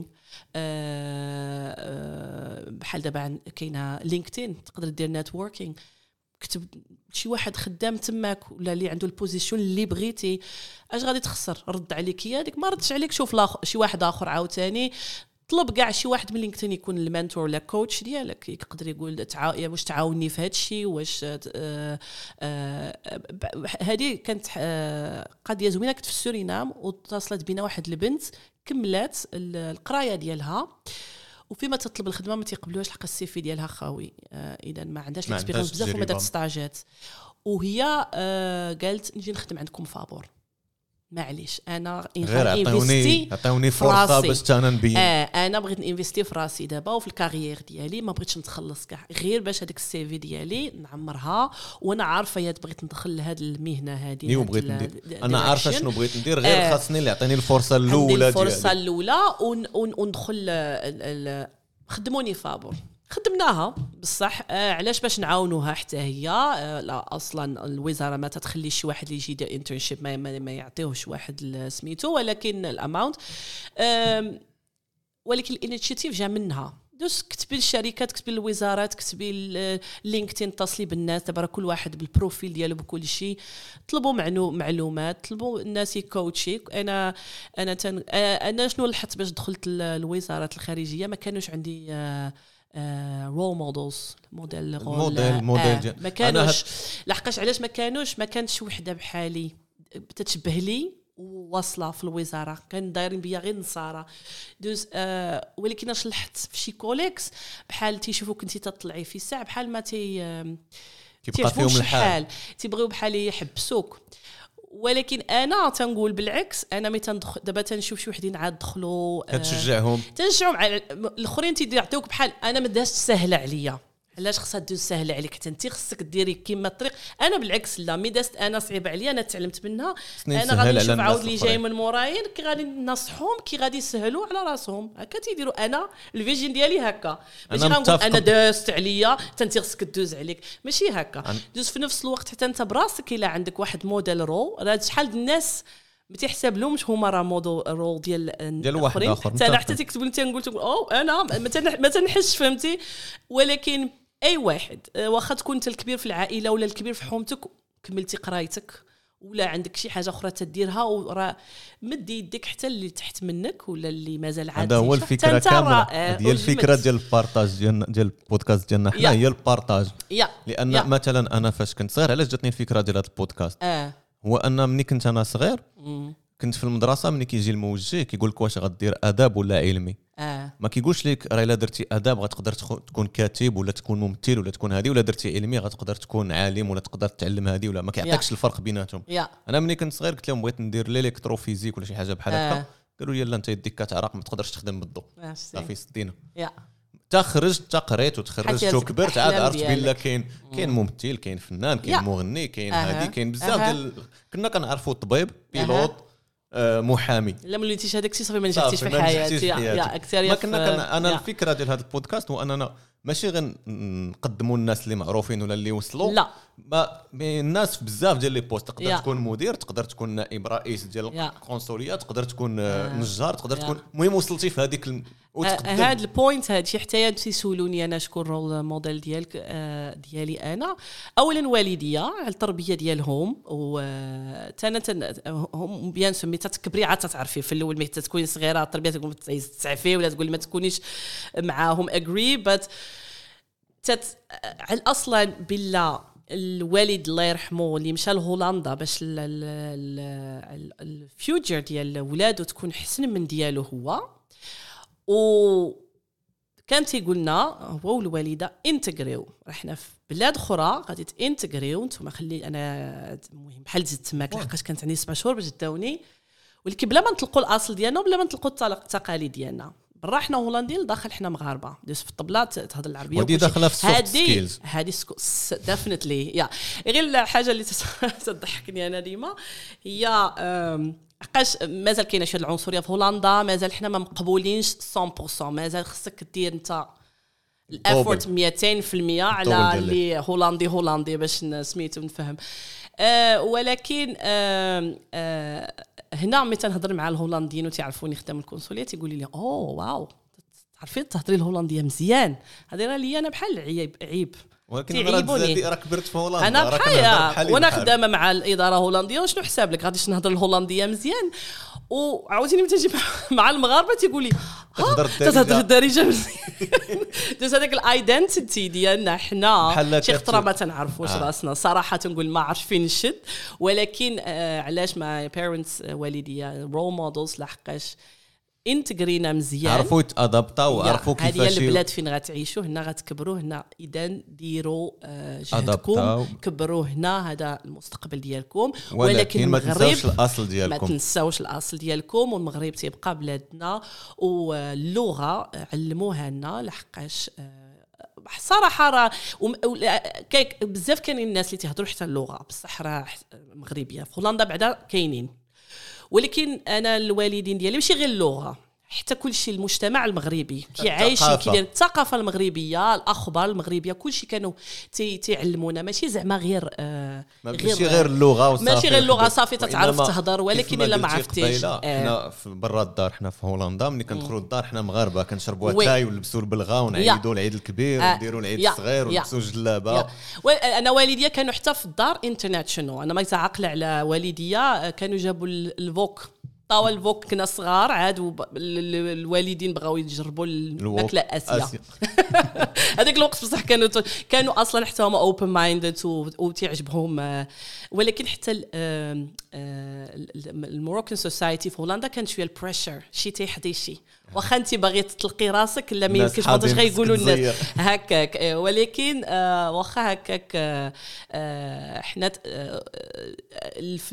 بحال دابا كاينه لينكدين تقدر دير نتوركينغ كتب شي واحد خدام تماك ولا اللي عنده البوزيشن اللي بغيتي اش غادي تخسر رد عليك هي ديك ما ردش عليك شوف لا شي واحد اخر عاوتاني طلب كاع شي واحد من لينكدين يكون المنتور ولا كوتش ديالك يقدر يقول تعا... واش تعاوني في هذا الشيء واش آه... آه... هذه كانت آه... قضيه زوينه كنت في سورينام واتصلت بينا واحد البنت كملات القرايه ديالها وفيما تطلب الخدمه ما تيقبلوهاش لحق السي في ديالها خاوي آه اذا ما عندهاش اكسبيرينس بزاف وما دارت ستاجات وهي آه قالت نجي نخدم عندكم فابور معليش انا غير عطوني عطوني فرصه باش انا نبين آه انا بغيت نانفيستي في راسي دابا وفي الكارير ديالي ما بغيتش نتخلص كاع غير باش هذاك السي في ديالي نعمرها وانا عارفه يا بغيت ندخل لهذه المهنه هذه ايوا بغيت ندير انا عارفه شنو بغيت ندير غير آه خاصني اللي يعطيني الفرصه الاولى ديالي الفرصه الاولى وندخل خدموني فابور خدمناها بصح آه علاش باش نعاونوها حتى هي آه لا اصلا الوزاره ما تتخلي شي واحد اللي يجي يدير انترنشيب ما, ما يعطيوهش واحد سميتو ولكن الاماونت آه ولكن الانيشيتيف جا منها دوز كتبي الشركات، كتبي الوزارات، كتبي اللينكدين، اتصلي بالناس. دابا كل واحد بالبروفيل ديالو بكل شيء. طلبوا معلومات، طلبوا الناس يكوتشي. انا انا تن... انا شنو لاحظت باش دخلت الوزارات الخارجيه؟ ما كانوش عندي رول مودلز، موديل موديل موديل ما كانوش. لحقاش علاش ما كانوش؟ ما كانتش وحده بحالي بتتشبه لي واصله في الوزاره، كان دايرين بيا غير نصارى دوز. آه ولكن اش لحت في شي كوليكس بحال تيشوفوك انت تطلعي في الساعه بحال ما تي كيبقى فيهم الحال، تيبغيو بحال يحبسوك. ولكن انا تنقول بالعكس، انا ملي تندخل دابا تنشوف شي وحدين عاد دخلوا كتشجعهم آه تنشجعهم على الاخرين، تيعطيوك بحال انا ما دازش سهله عليا. علاش خصها دوز سهله عليك حتى انت خصك ديري كيما الطريق؟ انا بالعكس لا، مي دازت انا صعيبه عليا، انا تعلمت منها. انا غادي نشوف عاود اللي جاي من موراين كي غادي ننصحهم، كي غادي يسهلوا على راسهم. هكا تيديروا. انا الفيجن ديالي هكا، ماشي غنقول انا دازت عليا حتى انت خصك دوز عليك، ماشي هكا. دوز في نفس الوقت حتى انت براسك الا عندك واحد موديل رو. راه شحال الناس ما تيحسب لهمش هما راه مودو رول ديال ديال واحد اخر، حتى انا حتى تكتبوا انت نقول تقول او انا ما تنحش فهمتي. ولكن اي واحد واخا تكون انت الكبير في العائله ولا الكبير في حومتك، كملتي قرايتك ولا عندك شي حاجه اخرى تديرها، وراه مد يديك حتى اللي تحت منك ولا اللي مازال عاد. هذا هو الفكره كامله ديال الفكره ديال البارطاج ديال ديال البودكاست ديالنا حنا، هي البارطاج. لان يا. مثلا انا فاش كنت صغير، علاش جاتني الفكره ديال هذا البودكاست؟ آه. هو ان ملي كنت انا صغير م. كنت في المدرسه، ملي كيجي الموجه كيقول لك واش غدير اداب ولا علمي. آه. ما كيقولش لك راه الا درتي اداب غتقدر تكون كاتب ولا تكون ممثل ولا تكون هذه، ولا درتي علمي غتقدر تكون عالم ولا تقدر تعلم هذه، ولا ما كيعطيكش الفرق بيناتهم. yeah. انا ملي كنت صغير قلت لهم بغيت ندير الالكتروفيزيك ولا شي حاجه بحال هكا. آه. قالوا لي لا انت يديك كتعرق ما تقدرش تخدم بالضوء. صافي سدينا. yeah. تخرجت تقريت وتخرجت وكبرت، عاد عرفت بلا كاين كاين ممثل، كاين فنان، كاين مغني، كاين هذه، كاين بزاف ديال. كنا كنعرفوا طبيب، بيلوط، آه محامي. لا ملي تيش هذاك الشيء صافي ما نجحتيش في حياتي. يا اكثر. ما كنا انا الفكره ديال هذا البودكاست هو اننا ماشي غنقدموا الناس اللي معروفين ولا اللي وصلوا، لا، الناس بزاف ديال لي بوست. تقدر يا. تكون مدير، تقدر تكون نائب رئيس ديال القنصليه، تقدر تكون آه. نجار، تقدر يا. تكون المهم وصلتي في هذيك ال... هذا البوينت. هذا شي حتى تيسولوني انا شكون رول موديل ديالك. آه ديالي انا اولا والديا على التربيه ديالهم، و انا هم بيان سمي تتكبري عاد تعرفي. في الاول ملي تكوني صغيره التربيه تقول تعفي ولا تقول ما تكونيش معاهم اجري، بس تت اصلا بالله الوالد الله يرحمه اللي مشى لهولندا باش الفيوتشر ديال ولادو تكون حسن من ديالو هو، و كان تيقول لنا هو والوالده انتغريو. احنا في بلاد اخرى غادي تانتغريو نتوما. خلي انا المهم بحال زدت تماك لحقاش كانت عندي سبع شهور باش داوني، ولكن بلا ما نطلقوا الاصل ديالنا وبلا ما نطلقوا التقاليد ديالنا. برا حنا هولنديين، داخل حنا مغاربه. دوز في الطبلات تهضر العربيه ودي داخله في السوفت سكيلز. هذه ديفينتلي يا غير الحاجه اللي تضحكني انا ديما هي حقاش مازال كاينه شي العنصريه في هولندا، مازال حنا ما مقبولينش مية بالمية. مازال خصك دير انت الافورت مئتين بالمية على اللي هولندي هولندي باش سميتو نفهم. أه ولكن أه أه هنا ملي تنهضر مع الهولنديين وتعرفوني خدام القنصليه تيقول لي اوه واو تعرفين تهضري الهولنديه مزيان. هذه راه لي انا بحال عيب عيب ولكن راه كبرت في هولندا، انا بحال وانا خدامه مع الاداره الهولنديه. وشنو حساب لك غاديش نهضر الهولنديه مزيان؟ وعاوتاني ملي تجي مع المغاربه تيقول لي تهضر الدارجه مزيان. دوز هذاك الايدنتيتي ديالنا حنا شي خطره ما تنعرفوش آه. راسنا صراحه تنقول ما عرفش فين نشد. ولكن آه علاش ما بيرنتس والديا رول مودلز لحقاش انتغرينا مزيان، عرفوا يتادابطاو وعرفوا كيفاش. هذه البلاد فين غتعيشوا، هنا غتكبروا، هنا اذا ديروا جهدكم كبروا هنا، هذا المستقبل ديالكم. ولكن ما تنساوش الاصل ديالكم، ما تنساوش الاصل ديالكم. والمغرب تيبقى بلادنا، واللغه علموها لنا لحقاش صراحه راه كايك بزاف كاينين الناس اللي تيهضروا حتى اللغه بصح راه مغربيه في هولندا بعدا كاينين. ولكن انا الوالدين ديالي ماشي غير اللغه، حتى كل شيء المجتمع المغربي كي عايش كيدير الثقافه المغربيه الاخبار المغربيه كل شيء كانوا تي تيعلمونا ماشي زعما غير آه غير ماشي غير اللغه وصافي ماشي غير اللغه صافي تتعرف تهضر ولكن الا ما عرفتيش حنا في برا الدار حنا في هولندا ملي كندخلوا الدار حنا مغاربه كنشربوا اتاي ونلبسوا البلغه ونعيدوا العيد الكبير ونديروا العيد الصغير ونلبسوا جلابه. انا والديا كانوا حتى في الدار انترناشونال انا ما يتعقل على والديا كانوا جابوا الفوك طاول الفوك كنا صغار عاد الوالدين بغاو يجربوا الماكله اسيا هذاك الوقت بصح كانوا كانوا اصلا حتى هما اوبن مايندد وتعجبهم ولكن حتى الموروكان سوسايتي في هولندا كان شويه البريشر شي تيحدي شي واخا انت باغي تطلقي راسك لا ما يمكنش ما غيقولوا الناس هكاك ولكن واخا هكاك حنا في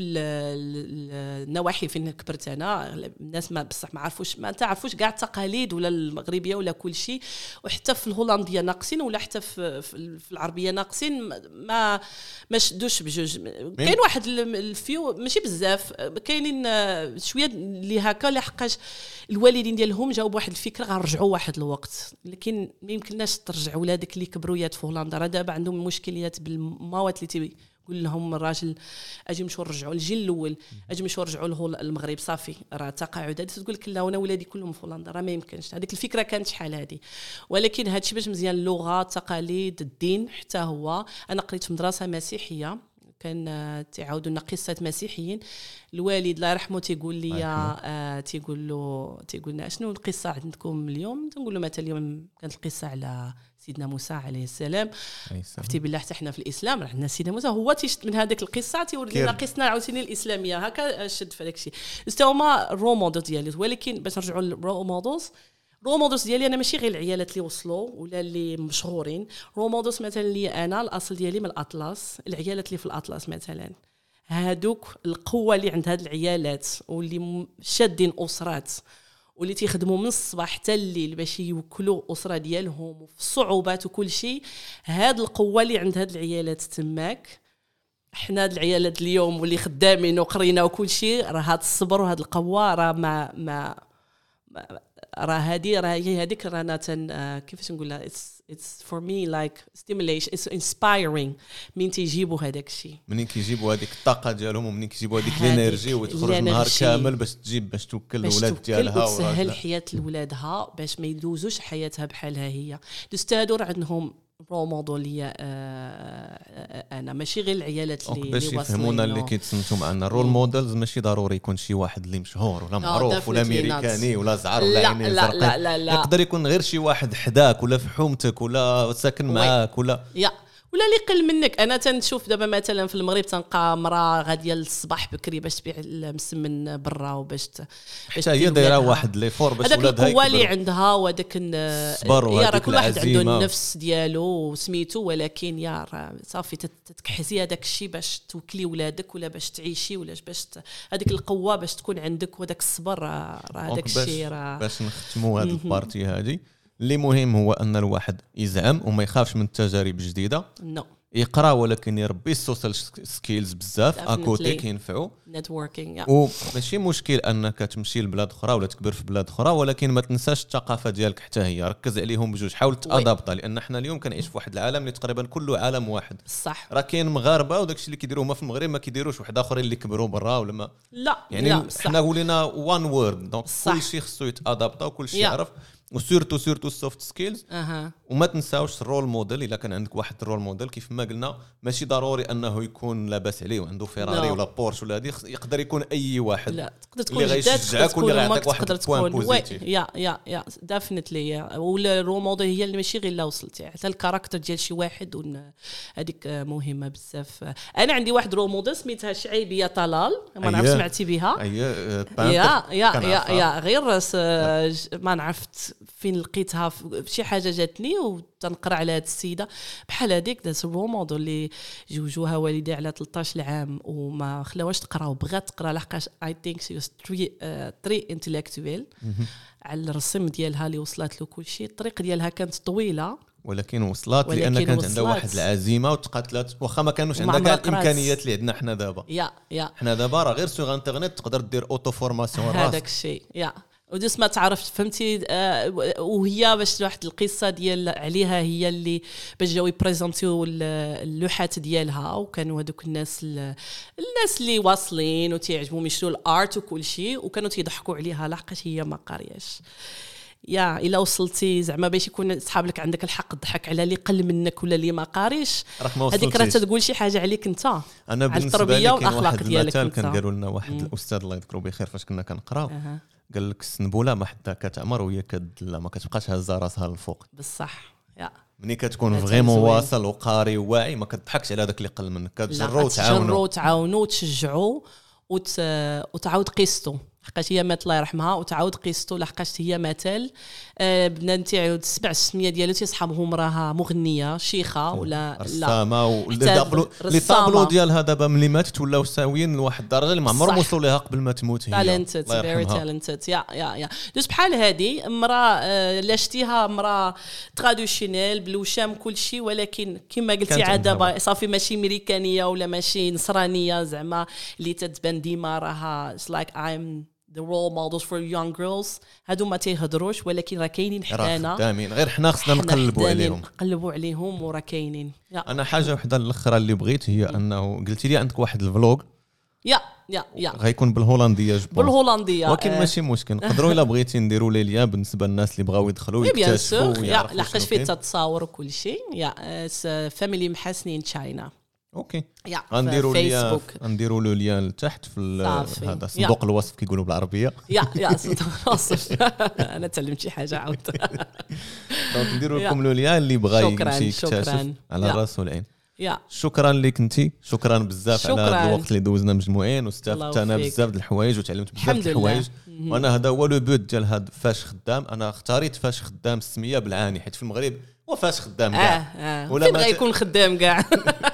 النواحي فين كبرت انا الناس ما بصح ما عرفوش ما تعرفوش كاع التقاليد ولا المغربيه ولا كل شيء وحتى في الهولنديه ناقصين ولا حتى في في العربيه ناقصين ما ما شدوش بجوج كاين واحد الفيو ماشي بزاف كاينين شويه اللي هكا لحقاش الوالدين ديالهم جاوا بواحد الفكره غنرجعوا واحد الوقت لكن ما يمكنناش ترجع ولادك اللي كبروا يات في هولندا راه دابا عندهم مشكليات بالمواد اللي تي يقول لهم الراجل اجي نمشيو نرجعوا الجيل الاول اجي نمشيو نرجعوا له المغرب صافي راه تقاعدات تقول لك لا وانا ولادي كلهم في هولندا راه ما يمكنش هذيك الفكره كانت شحال هذه ولكن هادشي باش مزيان اللغه التقاليد الدين حتى هو انا قريت في مدرسه مسيحيه كان تعاودوا لنا قصه مسيحيين الوالد الله يرحمه تيقول لي آه تيقول له تيقول لنا شنو القصه عندكم اليوم تنقول له مثلا اليوم كانت القصه على سيدنا موسى عليه السلام عرفتي بالله حتى حنا في الاسلام عندنا سيدنا موسى هو تيشد من هذيك القصه تيورد لنا قصنا عاوتاني الاسلاميه هكا شد في داك الشيء استوما الرو موديل ديالي ولكن باش نرجعوا للرو مودلز رو مودلز ديالي انا ماشي غير العيالات اللي وصلوا ولا اللي مشهورين رو مودلز مثلا اللي انا الاصل ديالي من الاطلس العيالات اللي في الاطلس مثلا هادوك القوه اللي عند هاد العيالات واللي شادين اسرات واللي تيخدموا من الصباح حتى الليل باش يوكلوا اسره ديالهم وفي الصعوبات وكل شيء هاد القوه اللي عند هاد العيالات تماك حنا هاد العيالات اليوم واللي خدامين وقرينا وكل شيء راه هاد الصبر وهاد القوه راه ما ما, ما راه هذه راه هي هذيك رانا تن كيفاش نقولها اتس اتس فور مي لايك ستيميليشن اتس انسبايرينغ من تيجيبوا هذاك الشيء منين كيجيبوا هذيك الطاقه ديالهم ومنين كيجيبوا هذيك الانرجي وتخرج نهار كامل باش تجيب باش توكل الاولاد ديالها وتسهل حياه لولادها باش ما يدوزوش حياتها بحالها هي الاستاذ راه عندهم رو موديل انا ماشي غير العيالات اللي باش يفهمونا اللي كيتصنتوا معنا رول موديلز ماشي ضروري يكون شي واحد اللي مشهور ولا معروف ولا امريكاني ولا زعر ولا عينين زرقاء لا لا لا يقدر يكون غير شي واحد حداك ولا في حومتك ولا ساكن معاك ولا يا ولا اللي قل منك انا تنشوف دابا مثلا في المغرب تنلقى مراه غاديه للصباح بكري باش تبيع المسمن برا وباش باش هي دايره واحد لي فور باش ولادها هذاك القوه اللي عندها وهذاك يا راه كل واحد عنده النفس ديالو وسميتو ولكن يا راه صافي تتكحزي هذاك الشيء باش توكلي ولادك ولا باش تعيشي ولا باش هذيك القوه باش تكون عندك وذاك الصبر راه هذاك الشيء راه باش نختموا هذه البارتي هذه اللي مهم هو ان الواحد يزعم وما يخافش من التجارب الجديده no. يقرا ولكن يربي السوشيال سكيلز بزاف اكوتي كينفعوا نيتوركينغ وماشي مشكل انك تمشي لبلاد اخرى ولا تكبر في بلاد اخرى ولكن ما تنساش الثقافه ديالك حتى هي ركز عليهم بجوج حاول تادابطا لان حنا اليوم كنعيش في واحد العالم اللي تقريبا كله عالم واحد صح راه كاين مغاربه وداكشي اللي كيديروه هما في المغرب ما كيديروش واحد اخرين اللي كبروا برا ولا ما لا يعني لا حنا ولينا وان وورد دونك كلشي خصو يتادابطا وكلشي يعرف وسورتو سورتو السوفت سكيلز اها وما تنساوش الرول موديل الا كان عندك واحد الرول موديل كيف ما قلنا ماشي ضروري انه يكون لاباس عليه وعنده فيراري ولا بورش ولا هذه يقدر يكون اي واحد لا تقدر تكون جدك ولا يعطيك واحد البوين بوزيتيف يا يا يا ديفينتلي ولا الرول موديل هي اللي ماشي غير لا وصلتي حتى الكاركتر ديال شي واحد هذيك مهمه بزاف انا عندي واحد رول موديل سميتها شعيبيه طلال ما نعرف سمعتي بها يا يا يا يا غير ما عرفت فين لقيتها شي حاجه جاتني وتنقرا على هذه السيده بحال هذيك داز رومودو اللي جوجوها والدي على ثلاثة عشر عام وما خلاوهاش تقرا وبغات تقرا لحقاش اي ثينك سي تري تري انتلكتويل على الرسم ديالها اللي وصلت له كل شيء الطريق ديالها كانت طويله ولكن وصلت لان كانت وصلت. عندها واحد العزيمه وتقاتلت واخا ما كانوش عندها الامكانيات اللي عندنا حنا دابا يا يا حنا دابا راه غير سوغ انترنيت تقدر دير اوتو فورماسيون راسك هذاك الشيء يا ودس ما تعرف فهمتي. آه وهي باش واحد القصه ديال عليها هي اللي باش جاو يبريزونتيو اللوحات ديالها، وكانوا هذوك الناس الناس اللي واصلين وتيعجبهم يشروا الارت وكل شيء، وكانوا تيضحكوا عليها لحقاش هي ما قارياش. يا الا وصلتي زعما باش يكون صحاب لك عندك الحق تضحك على اللي قل منك ولا اللي ما قاريش، هذيك راه تقول شي حاجه عليك انت. انا على التربيه والاخلاق ديالك. كان قالوا لنا واحد الاستاذ الله يذكره بخير فاش كنا كنقراو، أه. قال لك السنبوله ما حتى كتعمر وهي كدلا ما كتبقاش هازه راسها للفوق بصح. يا ملي كتكون فريمون واصل وقاري وواعي ما كتضحكش على داك اللي قل منك، كتجروا وتعاونوا تجروا وتعاونوا وتشجعوا وت... وتعاود قيستو. حقاش هي مات الله يرحمها وتعاود قيستو لحقاش هي مثال. آه بنان تاعو السبع السميه ديالو تيصحابهم راها مغنيه شيخه ولا رسامه والطابلو لي طابلو ديالها دابا ملي ماتت ولاو ساويين لواحد الدرجه اللي ما عمرهم وصلوا ليها قبل ما تموت. هي تالنتد فيري تالنتد. يا يا يا دوز بحال هذه امراه آه لا شتيها امراه تراديشنيل بالوشام كل شيء، ولكن كما قلتي عاد دابا صافي ماشي امريكانيه ولا ماشي نصرانيه زعما اللي تتبان ديما راها لايك ايم the role models for young girls. هادو ما تيهضروش ولكن راه كاينين حدانا خدامين، غير حنا خصنا نقلبوا عليهم نقلبوا عليهم وراه كاينين. انا حاجه وحده الاخرى اللي بغيت هي م. انه قلتي لي عندك واحد الفلوج يا يا يا غيكون بالهولنديه جبون بالهولنديه، ولكن آه. ماشي مشكل نقدروا الا بغيتي نديروا لي ليا بالنسبه للناس اللي بغاو يدخلوا يكتشفوا يا لحقاش فيه تصاور وكل شيء. يا فاميلي محسنين تشاينا. اوكي غنديروا ليا نديروا له ليا لتحت في هذا صندوق الوصف كيقولوا بالعربيه. يا يا صندوق الوصف انا تعلمت شي حاجه عاود. دونك نديروا لكم له ليا اللي بغى يمشي يكتشف على الراس والعين. يا شكرا لك انتي، شكرا بزاف على هذا الوقت اللي دوزنا مجموعين واستفدت انا بزاف د الحوايج وتعلمت بزاف د الحوايج. وانا هذا هو لو بوت ديال هذا فاش خدام. انا اختاريت فاش خدام السميه بالعاني حيت في المغرب وفاش خدام كاع آه آه. ولا ما يكون خدام كاع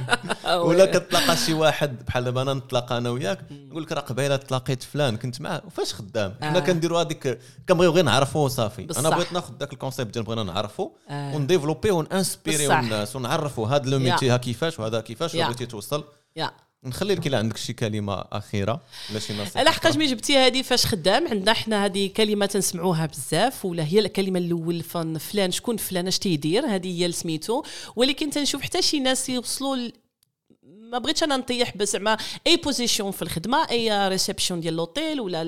ولا كتلاقى شي واحد بحال دابا انا نتلاقى انا وياك نقول لك راه قبيله تلاقيت فلان كنت معاه وفاش خدام. حنا آه. كنديروا هذيك كنبغيو غير نعرفوه صافي. انا بغيت ناخذ داك الكونسيبت ديال بغينا نعرفوه آه. ونديفلوبيه ونانسبيريو الناس ونعرفوا هذا لو ميتي ها كيفاش وهذا كيفاش بغيتي توصل. يا نخلي لك الا عندك شي كلمه اخيره ولا شي نصيحه. لحقاش ملي جبتي هذه فاش خدام عندنا حنا هذه كلمه تنسمعوها بزاف ولا هي الكلمه الاول فن فلان شكون فلان اش تيدير هذه هي سميتو. ولكن تنشوف حتى شي ناس يوصلوا ل... ما بغيتش انا نطيح بس زعما اي بوزيشن في الخدمه اي ريسبشن ديال لوطيل ولا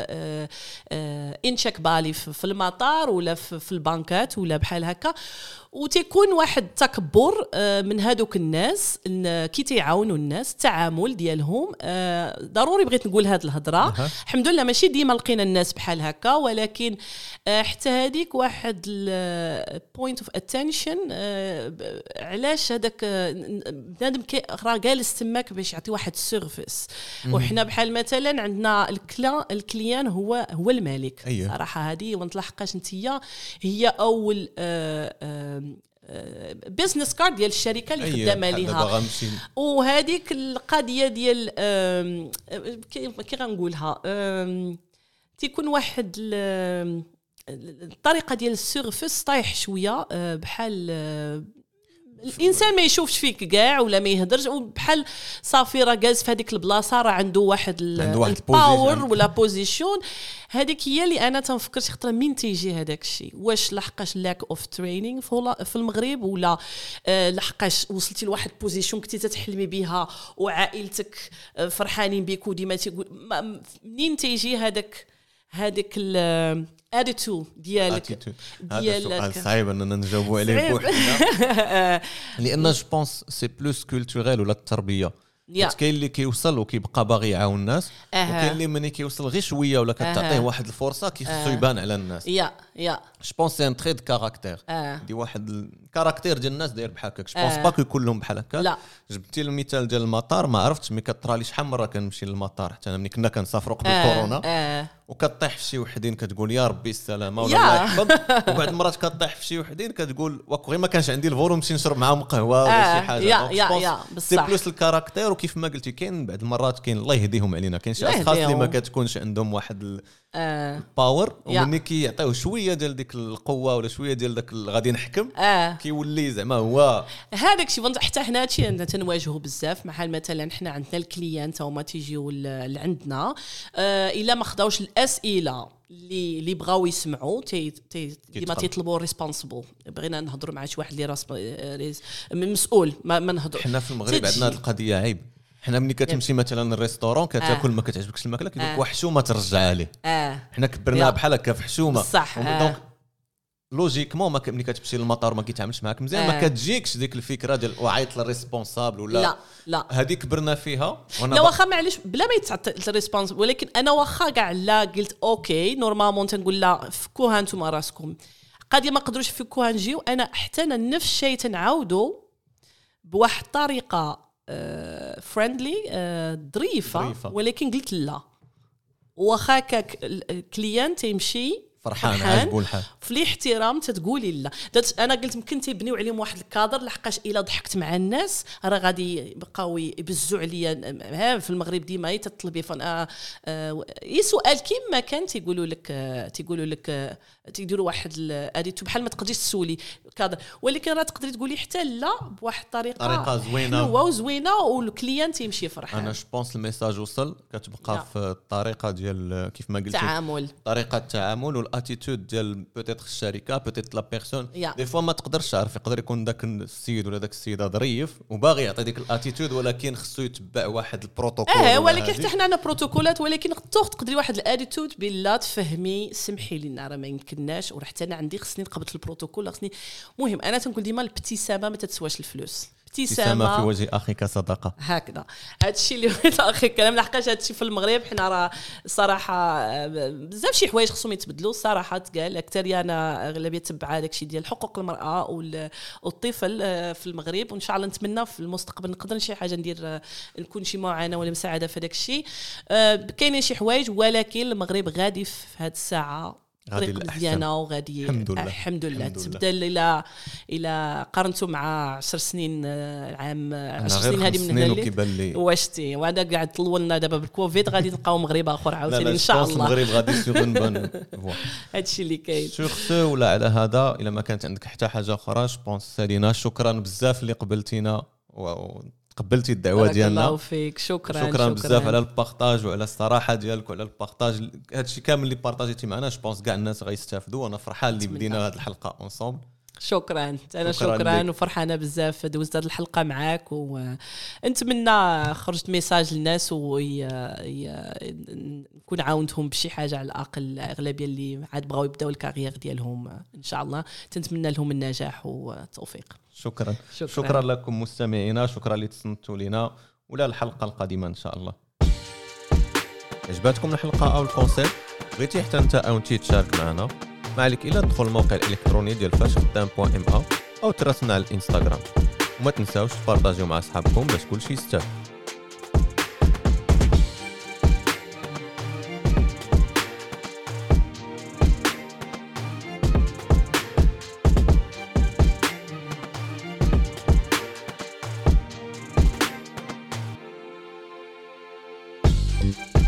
ان تشيك بالي في المطار ولا في البنكات ولا بحال هكا وتيكون واحد تكبر من هذوك الناس كي تيعاونوا الناس التعامل ديالهم. ضروري بغيت نقول هذه الهضره الحمد لله ماشي ديما لقينا الناس بحال هكا ولكن حتى هذيك واحد بوينت اوف اتنشن. علاش هذاك بنادم راه جالس تماك باش يعطي واحد سيرفيس وحنا بحال مثلا عندنا الكلا الكليان هو هو الملك. أيه. صراحه هذه ونطلحقاش نتيا هي اول آآ آآ بيزنس كارد ديال الشركه اللي أيه. خدامه ليها. وهذيك القضيه ديال كي غنقولها تيكون واحد الطريقه ديال السيرفيس طايح شويه بحال الانسان ما يشوفش فيك كاع ولا ما يهدرش وبحال صافي راه جالس في هذيك البلاصه راه عنده واحد الباور ولا بوزيشن. هذيك هي اللي انا تنفكر شي خطره من تيجي هذاك الشيء واش لحقاش لاك اوف تريننج في المغرب ولا لحقاش وصلتي لواحد بوزيشن كنتي تتحلمي بها وعائلتك فرحانين بك وديما تيقول منين تيجي هذاك هذيك الاتيتود ديالك. هذا سؤال صعيب اننا نجاوبوا عليه بوحدنا لان جو بونس سي بلوس كولتوريل ولا التربيه. كاين اللي كيوصل وكيبقى باغي يعاون الناس أه. وكاين اللي ملي كيوصل غير شويه ولا كتعطيه أه. واحد الفرصه كيخصو أه. يبان على الناس. يا يا جو بونس سي ان تري دو كاركتير أه. دي واحد الكاركتير ديال الناس داير بحال هكاك. جو بونس با كو كلهم بحال هكا. لا جبتي المثال ديال المطار ما عرفتش ملي كطرالي شحال مره كنمشي للمطار حتى انا ملي كنا كنسافروا قبل أه. كورونا أه. وكطيح في شي وحدين كتقول يا ربي السلامه ولا الله يحفظ وبعد المرات كطيح في شي وحدين كتقول واكو غير ما كانش عندي الفور ونمشي نشرب معاهم قهوه ولا شي حاجه. يا يا يا بصح سي بلوس الكاركتير وكيف ما قلتي كاين بعض المرات كاين الله يهديهم علينا كاين شي اشخاص اللي ما كتكونش عندهم واحد الباور ومني كيعطيوه شويه ديال ديك القوه ولا شويه ديال داك غادي نحكم آه. كيولي زعما هو هذاك شي حتى حنا هادشي عندنا تنواجهوا بزاف بحال مثلا حنا عندنا الكليانت هما تيجيو لعندنا آه الا ما خداوش الاسئله اللي اللي بغاو يسمعوا تي تي ديما تيطلبوا ريسبونسبل. بغينا نهضروا مع شي واحد اللي راس مسؤول ما, ما نهضر. حنا في المغرب عندنا هذه القضيه عيب. حنا ملي كتمشي مثلا الريستورون كتاكل آه. ما كتعجبكش الماكله كيقول لك آه. وحشومه ترجعها ليه. اه حنا كبرناها بحال هكا في حشومه صح. دونك لوجيكمون ما ملي كتمشي للمطار ما كيتعاملش معاك مزيان ما آه. كتجيكش ديك الفكره ديال وعيط للريسبونسابل ولا لا لا هذه كبرنا فيها. لا واخا معليش بلا ما يتعطى الريسبونس، ولكن انا واخا كاع لا قلت اوكي نورمالمون تنقول لا فكوها نتوما راسكم قادي ما قدروش يفكوها نجيو انا حتى انا نفس الشيء تنعاودوا بواحد الطريقه فريندلي ظريفه ظريفة. ولكن قلت لا واخا كاك الكليانت يمشي فرحان عاجبو الحال في الاحترام تتقولي لا. انا قلت يمكن تيبنيو عليهم واحد الكادر لحقاش الا ضحكت مع الناس راه غادي يبقاو يبزوا عليا. في المغرب ديما تطلبي فن آه آه اي سؤال كيما كان تيقولوا لك آه تيقولوا لك آه تيديروا واحد اديتو بحال ما تقدريش تسولي كادر، ولكن راه تقدري تقولي حتى لا بواحد الطريقه طريقه زوينه وزوينه والكليانت يمشي فرحان. انا جوبونس الميساج وصل. كتبقى لا. في الطريقه ديال كيف ما قلتي تعامل طريقه التعامل والاتيتود ديال بوتيتر الشركه بوتيتر لا بيرسون yeah. دي فوا ما تقدرش تعرف يقدر يكون داك السيد ولا داك السيده ظريف وباغي يعطي ديك الاتيتود ولكن خصو يتبع واحد البروتوكول. اه ولكن حتى حنا عندنا بروتوكولات ولكن تقدري واحد الاتيتود بالله تفهمي سمحي لنا راه ما يمكنناش وراه حتى انا عندي خصني نقبط البروتوكول خصني. مهم انا تنقول ديما الابتسامه ما تتسواش الفلوس. ابتسامه في وجه اخيك صدقه. هكذا هذا الشيء اللي بغيت اخي الكلام لحقاش هذا الشيء في المغرب حنا راه صراحه بزاف شي حوايج خصهم يتبدلوا الصراحه تقال اكثر. انا اغلبيه تبع داك الشيء ديال حقوق المراه والطفل في المغرب وان شاء الله نتمنى في المستقبل نقدر شي حاجه ندير نكون شي معاناه ولا مساعده في داك الشيء. كاينين شي حوايج ولكن المغرب غادي في هذه الساعه طريق مزيانه وغادي الحمد لله الحمد لله تبدل الى الى قارنته مع عشر سنين عام عشر سنين هذه من هنا واشتي وهذا قاعد طولنا دابا بالكوفيد غادي نلقاو مغرب اخر عاوتاني ان شاء الله. المغرب غادي يسيغون بان هذا الشيء اللي كاين شوخ. ولا على هذا الا ما كانت عندك حتى حاجه اخرى جوبونس سالينا شكرا بزاف اللي قبلتينا و قبلتي الدعوه ديالنا. الله فيك شكرا شكرا, شكرا بزاف على البارطاج وعلى الصراحه ديالك وعلى البارطاج. هادشي كامل اللي بارطاجيتي معنا جوبونس كاع الناس غيستافدوا وانا فرحان اللي بدينا هذه الحلقه اونصومبل. شكرا انا شكرا, شكرا وفرحانه بزاف دوزت هذه الحلقه معاك ونتمنى خرجت ميساج للناس ونكون عاونتهم بشي حاجه على الاقل. الاغلبيه اللي عاد بغاو يبداو الكارير ديالهم ان شاء الله تنتمنى لهم النجاح والتوفيق. شكرا شكرا, شكرا لكم مستمعينا. شكرا اللي تصنتوا لنا ولا الحلقه القادمه ان شاء الله. عجبتكم الحلقه او الكونسيبت بغيتي حتى انت او انت تشارك معنا ما عليك الا تدخل الموقع الالكتروني ديال فاش خدام بوان ام ا او تراسلنا على الانستغرام وما تنساوش تبارطاجيو مع اصحابكم باش كلشي يستاهل.